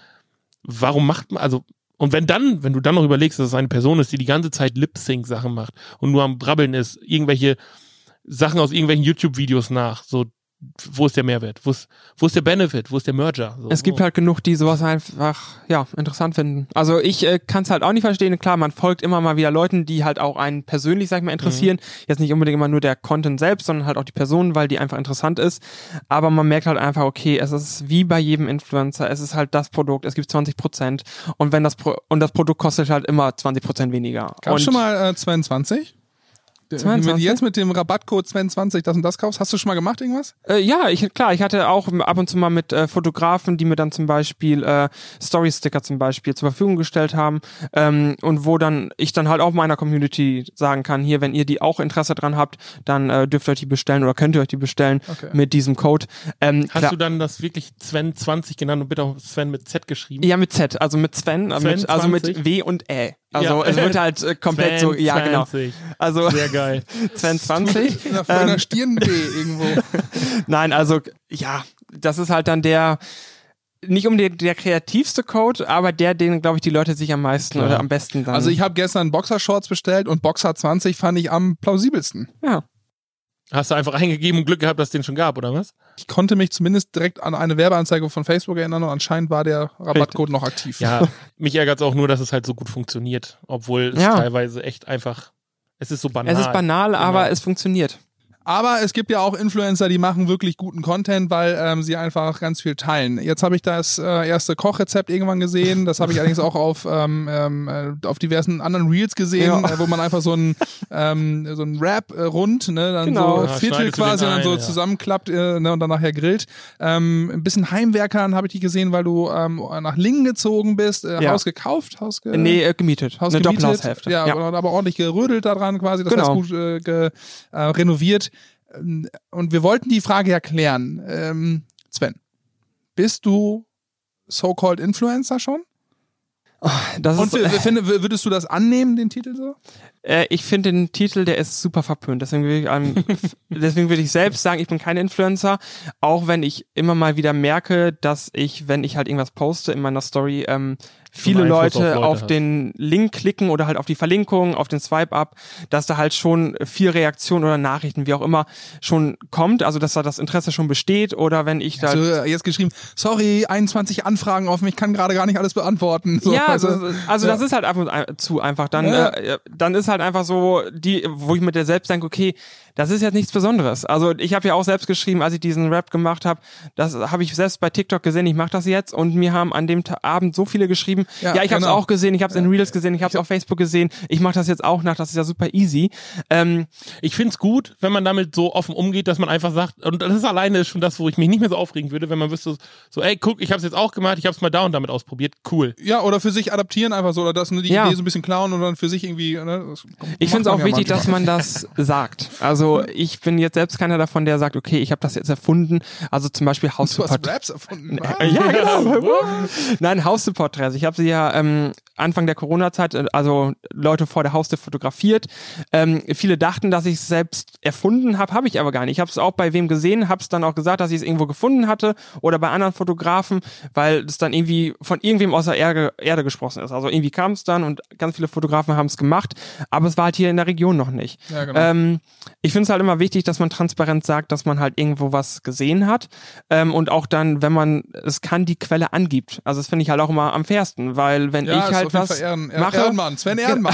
Warum macht man, also, und wenn dann, wenn du dann noch überlegst, dass es eine Person ist, die die ganze Zeit Lip-Sync-Sachen macht und nur am Brabbeln ist, irgendwelche Sachen aus irgendwelchen YouTube-Videos nach, so, wo ist der Mehrwert? Wo ist, wo ist der Benefit? Wo ist der Merger? So, Es gibt halt genug, die sowas einfach, ja, interessant finden. Also ich äh, kann es halt auch nicht verstehen. Klar, man folgt immer mal wieder Leuten, die halt auch einen persönlich, sag ich mal, interessieren. Mhm. Jetzt nicht unbedingt immer nur der Content selbst, sondern halt auch die Person, weil die einfach interessant ist. Aber man merkt halt einfach, okay, es ist wie bei jedem Influencer, es ist halt das Produkt, es gibt zwanzig Prozent und wenn das Pro und das Produkt kostet halt immer zwanzig Prozent weniger. Gab und schon mal äh, zweiundzwanzig? Wenn du zweiundzwanzig? jetzt mit dem Rabattcode zweiundzwanzig das und das kaufst, hast du schon mal gemacht irgendwas? Äh, ja, ich klar, ich hatte auch ab und zu mal mit äh, Fotografen, die mir dann zum Beispiel äh, Story-Sticker zum Beispiel zur Verfügung gestellt haben ähm, und wo dann ich dann halt auch meiner Community sagen kann, hier, wenn ihr die auch Interesse dran habt, dann äh, dürft ihr euch die bestellen oder könnt ihr euch die bestellen Okay. mit diesem Code. Ähm, Hast klar, du dann das wirklich Sven zwanzig genannt und bitte auch Sven mit Z geschrieben? ja, mit Z, also mit Sven, äh, Sven mit, also mit zwanzig? W und Ä. Also Ja. es wird halt äh, komplett so, ja genau. zwanzig. Also Sehr geil. Sven zwanzig. Von der Stirn B irgendwo. Nein, also ja, das ist halt dann der nicht um der, der kreativste Code, aber der, den, glaube ich, die Leute sich am meisten Klar. oder am besten dann... Also ich habe gestern Boxershorts bestellt und Boxer zwanzig fand ich am plausibelsten. ja. Hast du einfach eingegeben und Glück gehabt, dass es den schon gab, oder was? Ich konnte mich zumindest direkt an eine Werbeanzeige von Facebook erinnern und anscheinend war der Rabattcode noch aktiv. Ja, mich ärgert es auch nur, dass es halt so gut funktioniert, obwohl es Ja. teilweise echt einfach, es ist so banal. Es ist banal, aber Genau. es funktioniert. Aber es gibt ja auch Influencer, die machen wirklich guten Content, weil ähm, sie einfach ganz viel teilen. Jetzt habe ich das äh, erste Kochrezept irgendwann gesehen. Das habe ich allerdings auch auf, ähm, ähm, auf diversen anderen Reels gesehen, Ja. äh, wo man einfach so ein, ähm, so ein Wrap äh, rund, ne, dann Genau. so Ja, Viertel schneidest du quasi den und dann so ein, ja. zusammenklappt äh, ne, und dann nachher grillt. Ähm, ein bisschen Heimwerkern habe ich dich gesehen, weil du ähm, nach Lingen gezogen bist. Äh, Ja. Haus gekauft? Haus ge nee, äh, gemietet. Haus Eine gemietet, Doppelhaushälfte. ja, aber ordentlich gerödelt daran quasi, das Genau. heißt gut äh, ge, äh, renoviert. Ähm, Und wir wollten die Frage ja klären. Ähm, Sven, bist du so-called Influencer schon? Das Und ist, w- finde, w- würdest du das annehmen, den Titel so? Äh, ich finde den Titel, der ist super verpönt. Deswegen will ich, ähm, deswegen würde ich selbst sagen, ich bin kein Influencer. Auch wenn ich immer mal wieder merke, dass ich, wenn ich halt irgendwas poste in meiner Story, ähm, viele Einfluss Leute, auf Leute auf hast. den Link klicken oder halt auf die Verlinkung, auf den Swipe-Up, dass da halt schon viel Reaktion oder Nachrichten, wie auch immer, schon kommt. Also, dass da das Interesse schon besteht oder wenn ich da... Also äh, jetzt geschrieben, sorry, einundzwanzig Anfragen offen, ich kann gerade gar nicht alles beantworten. So, Ja, also, also, also ja. das ist halt ab und zu einfach. Dann, Ja. äh, dann ist halt einfach so, die, wo ich mit der selbst denke, okay, das ist jetzt nichts Besonderes. Also ich habe ja auch selbst geschrieben, als ich diesen Rap gemacht habe, das habe ich selbst bei TikTok gesehen, ich mache das jetzt und mir haben an dem Ta- Abend so viele geschrieben, ja, Ja, ich habe es genau. auch gesehen, ich habe es in Reels gesehen, ich habe es auf Facebook gesehen, ich mache das jetzt auch nach, das ist ja super easy. Ähm, Ich find's gut, wenn man damit so offen umgeht, dass man einfach sagt, und das ist alleine schon das, wo ich mich nicht mehr so aufregen würde, wenn man wüsste, so, ey, guck, ich hab's jetzt auch gemacht, ich hab's mal da und damit ausprobiert, cool. Ja, oder für sich adaptieren einfach so, oder das ne, die Ja. Idee so ein bisschen klauen und dann für sich irgendwie. Ne, das Ich finde es macht man auch ja wichtig, dass manchmal. man das sagt. Also ich bin jetzt selbst keiner davon, der sagt, okay, ich habe das jetzt erfunden. Also zum Beispiel House Du hast Support. Raps erfunden. was? Ja, genau. Nein, House Support Dress. Ich habe sie ja ähm, Anfang der Corona-Zeit, äh, also Leute vor der Haustür fotografiert. Ähm, viele dachten, dass ich es selbst erfunden habe, habe ich aber gar nicht. Ich habe es auch bei wem gesehen, habe es dann auch gesagt, dass ich es irgendwo gefunden hatte oder bei anderen Fotografen, weil es dann irgendwie von irgendwem aus der Erde, Erde gesprochen ist. Also irgendwie kam es dann und ganz viele Fotografen haben es gemacht, aber es war halt hier in der Region noch nicht. Ja, genau. ähm, ich finde es halt immer wichtig, dass man transparent sagt, dass man halt irgendwo was gesehen hat ähm, und auch dann, wenn man es kann, die Quelle angibt. Also das finde ich halt auch immer am fairsten, weil wenn Ja, ich ist halt auf jeden was Fall Ehren, Ehren, mache, Ehrenmann, Sven Ehrenmann.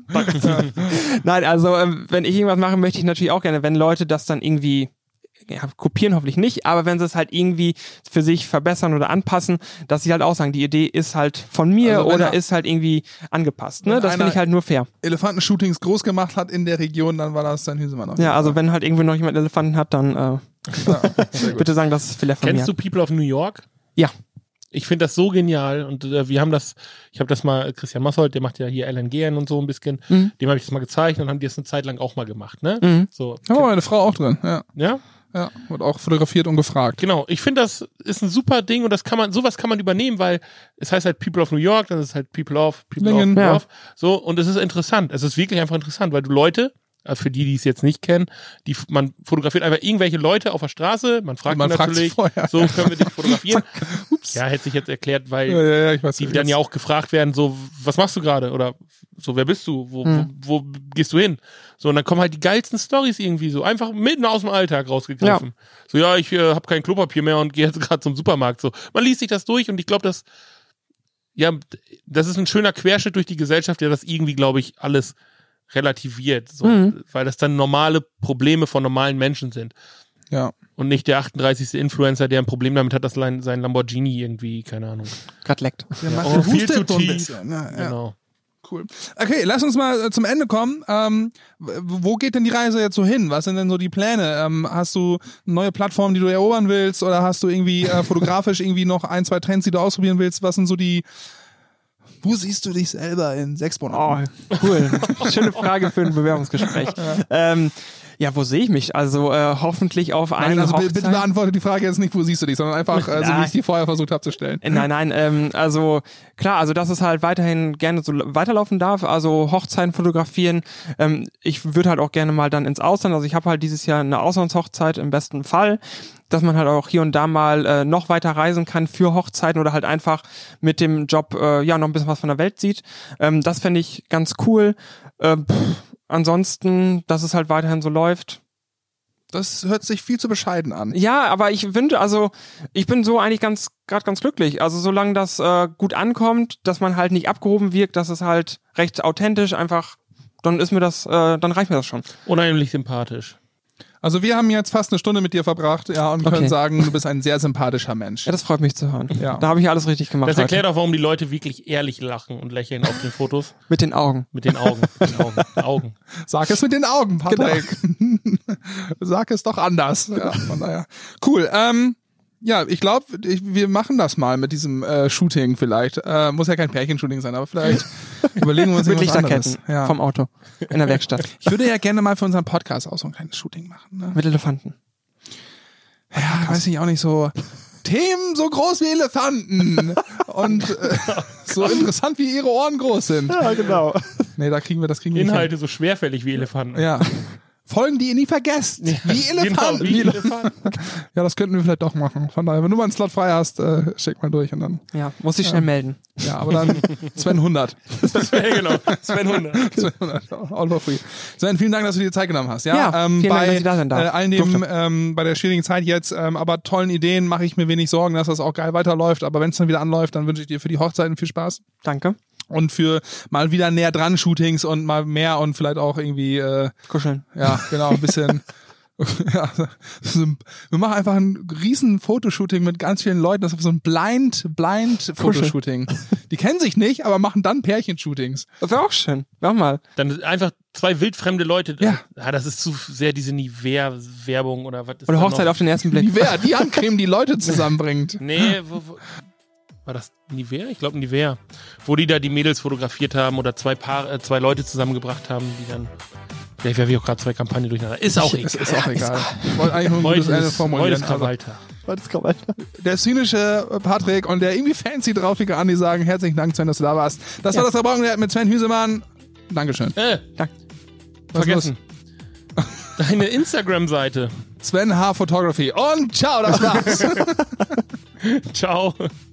nein, also ähm, wenn ich irgendwas mache, möchte ich natürlich auch gerne, wenn Leute das dann irgendwie ja, kopieren hoffentlich nicht, aber wenn sie es halt irgendwie für sich verbessern oder anpassen, dass sie halt auch sagen, die Idee ist halt von mir Also wenn oder er- ist halt irgendwie angepasst. Ne? wenn Das finde einer- ich halt nur fair. Elefantenshootings groß gemacht hat in der Region, dann war das sein Hüsemann. Ja, also wenn halt irgendwo noch jemand Elefanten hat, dann äh, Ja, sehr gut. bitte sagen, dass es vielleicht von mir Kennst du hat. People of New York? Ja. Ich finde das so genial und äh, wir haben das, ich habe das mal, Christian Massold, der macht ja hier L N G und so ein bisschen, Mhm. dem habe ich das mal gezeigt und haben die das eine Zeit lang auch mal gemacht, ne? Mhm. So, Da war meine Frau auch drin. Ja, ja? ja, wird auch fotografiert und gefragt. Genau, ich finde, das ist ein super Ding und das kann man, sowas kann man übernehmen, weil es heißt halt People of New York, dann ist es halt People of, People Lingen. of Ja. Love. So, und es ist interessant. Es ist wirklich einfach interessant, weil du Leute, also für die, die es jetzt nicht kennen, die, man fotografiert einfach irgendwelche Leute auf der Straße, man fragt Man die fragt sie natürlich, vorher. so können wir dich fotografieren. Ja, hätte sich jetzt erklärt, weil Ja, ja, ja, ich weiß. die dann ja auch gefragt werden, so, was machst du gerade? Oder so, wer bist du? Wo, Hm. wo, wo gehst du hin? So, und dann kommen halt die geilsten Storys irgendwie so, einfach mitten aus dem Alltag rausgegriffen. So, ja, ich äh, habe kein Klopapier mehr und gehe jetzt gerade zum Supermarkt. So, man liest sich das durch und ich glaube, dass, ja, das ist ein schöner Querschnitt durch die Gesellschaft, der das irgendwie, glaube ich, alles relativiert, so, Mhm. weil das dann normale Probleme von normalen Menschen sind. Ja. Und nicht der achtunddreißigste Influencer, der ein Problem damit hat, dass sein sein Lamborghini irgendwie, keine Ahnung. Grad leckt. Der macht Oh, den viel hustet zu so ein tief. bisschen. Ja, ja. Genau. Cool. Okay, lass uns mal äh, zum Ende kommen. Ähm, w- wo geht denn die Reise jetzt so hin? Was sind denn so die Pläne? Ähm, hast du eine neue Plattform, die du erobern willst? Oder hast du irgendwie äh, fotografisch irgendwie noch ein, zwei Trends, die du ausprobieren willst? Was sind so die... Wo siehst du dich selber in sechs Monaten? Oh, cool. Schöne Frage für ein Bewerbungsgespräch. Ja, ähm, ja wo sehe ich mich? Also äh, hoffentlich auf Nein, einigen also bi- Hochzeiten. bitte beantworte die Frage jetzt nicht, wo siehst du dich, sondern einfach, äh, so wie Nein. ich die vorher versucht habe zu stellen. Äh, Nein, nein, ähm, also klar, also dass es halt weiterhin gerne so weiterlaufen darf, also Hochzeiten fotografieren. Ähm, ich würde halt auch gerne mal dann ins Ausland, also ich habe halt dieses Jahr eine Auslandshochzeit im besten Fall, dass man halt auch hier und da mal äh, noch weiter reisen kann für Hochzeiten oder halt einfach mit dem Job äh, ja noch ein bisschen was von der Welt sieht. Ähm, das fände ich ganz cool. Äh, pff, ansonsten, dass es halt weiterhin so läuft. Das hört sich viel zu bescheiden an. Ja, aber ich finde, also ich bin so eigentlich ganz gerade ganz glücklich. Also solange das äh, gut ankommt, dass man halt nicht abgehoben wirkt, dass es halt recht authentisch einfach, dann ist mir das, äh, dann reicht mir das schon. Unheimlich sympathisch. Also wir haben jetzt fast eine Stunde mit dir verbracht, ja, und können Okay. sagen, du bist ein sehr sympathischer Mensch. Ja, das freut mich zu hören. Ja. Da habe ich alles richtig gemacht Das erklärt heute. auch, warum die Leute wirklich ehrlich lachen und lächeln auf den Fotos. Mit den Augen. Mit den Augen. Mit den Augen. Augen. Sag es mit den Augen, Patrick. Sag es doch anders. Ja, von daher. Cool. Ähm, ja, ich glaube, wir machen das mal mit diesem äh, Shooting vielleicht. Äh, muss ja kein Pärchenshooting sein, aber vielleicht überlegen wir uns Mit irgendwas Lichterketten anderes. Ja. vom Auto in der Werkstatt. Ich würde ja gerne mal für unseren Podcast auch so ein kleines Shooting machen. Ne? Mit Elefanten. Ja, weiß ich auch nicht so. Themen so groß wie Elefanten und äh, so interessant wie ihre Ohren groß sind. Ja, genau. Nee, da kriegen wir, das kriegen wir Inhalte so schwerfällig wie Elefanten. nicht hin. Ja. Folgen, die ihr nie vergesst. Wie Elefanten. Genau, wie Elefanten. Ja, das könnten wir vielleicht doch machen. Von daher, wenn du mal einen Slot frei hast, äh, schick mal durch und dann. Ja, muss ich schnell melden. Ja, aber dann Sven hundert. Ja, genau. Sven hundert. Sven hundert. All for free. Sven, vielen Dank, dass du dir Zeit genommen hast. Ja, Ja, ähm, vielen Dank, bei, dass ich da sein darf. Äh, allen dem, Durfte. ähm, bei der schwierigen Zeit jetzt, ähm, aber tollen Ideen mache ich mir wenig Sorgen, dass das auch geil weiterläuft. Aber wenn es dann wieder anläuft, dann wünsche ich dir für die Hochzeiten viel Spaß. Danke. Und für mal wieder näher dran Shootings und mal mehr und vielleicht auch irgendwie, äh, Kuscheln. ja, genau, ein bisschen. Ja, so, wir machen einfach ein riesen Fotoshooting mit ganz vielen Leuten. Das ist so ein blind, blind Fotoshooting. Die kennen sich nicht, aber machen dann Pärchenshootings. Das wäre auch schön. Mach mal. Dann einfach zwei wildfremde Leute. Ja. Ah, das ist zu sehr diese Nivea-Werbung oder was ist Oder da Hochzeit noch? auf den ersten Blick. Nivea, die Handcreme, die Leute zusammenbringt. Nee, wo, wo, war das Nivea? Ich glaube Nivea. Wo die da die Mädels fotografiert haben oder zwei Paar, äh, zwei Leute zusammengebracht haben, die dann. Vielleicht wäre wir auch gerade zwei Kampagnen durcheinander. Ist auch Ist, egal. ist auch egal. Ich wollte eigentlich nur ein Heute gutes Ende ist, heute formulieren. ist Krawalltag. Also, der zynische Patrick und der irgendwie fancy draufige Andi sagen herzlichen Dank, Sven, dass du da warst. Das Ja. war das Rabauken mit Sven Hüsemann. Dankeschön. Äh, Danke. Was vergessen. Deine Instagram-Seite. Sven H. Photography. Und ciao, das war's. Ciao.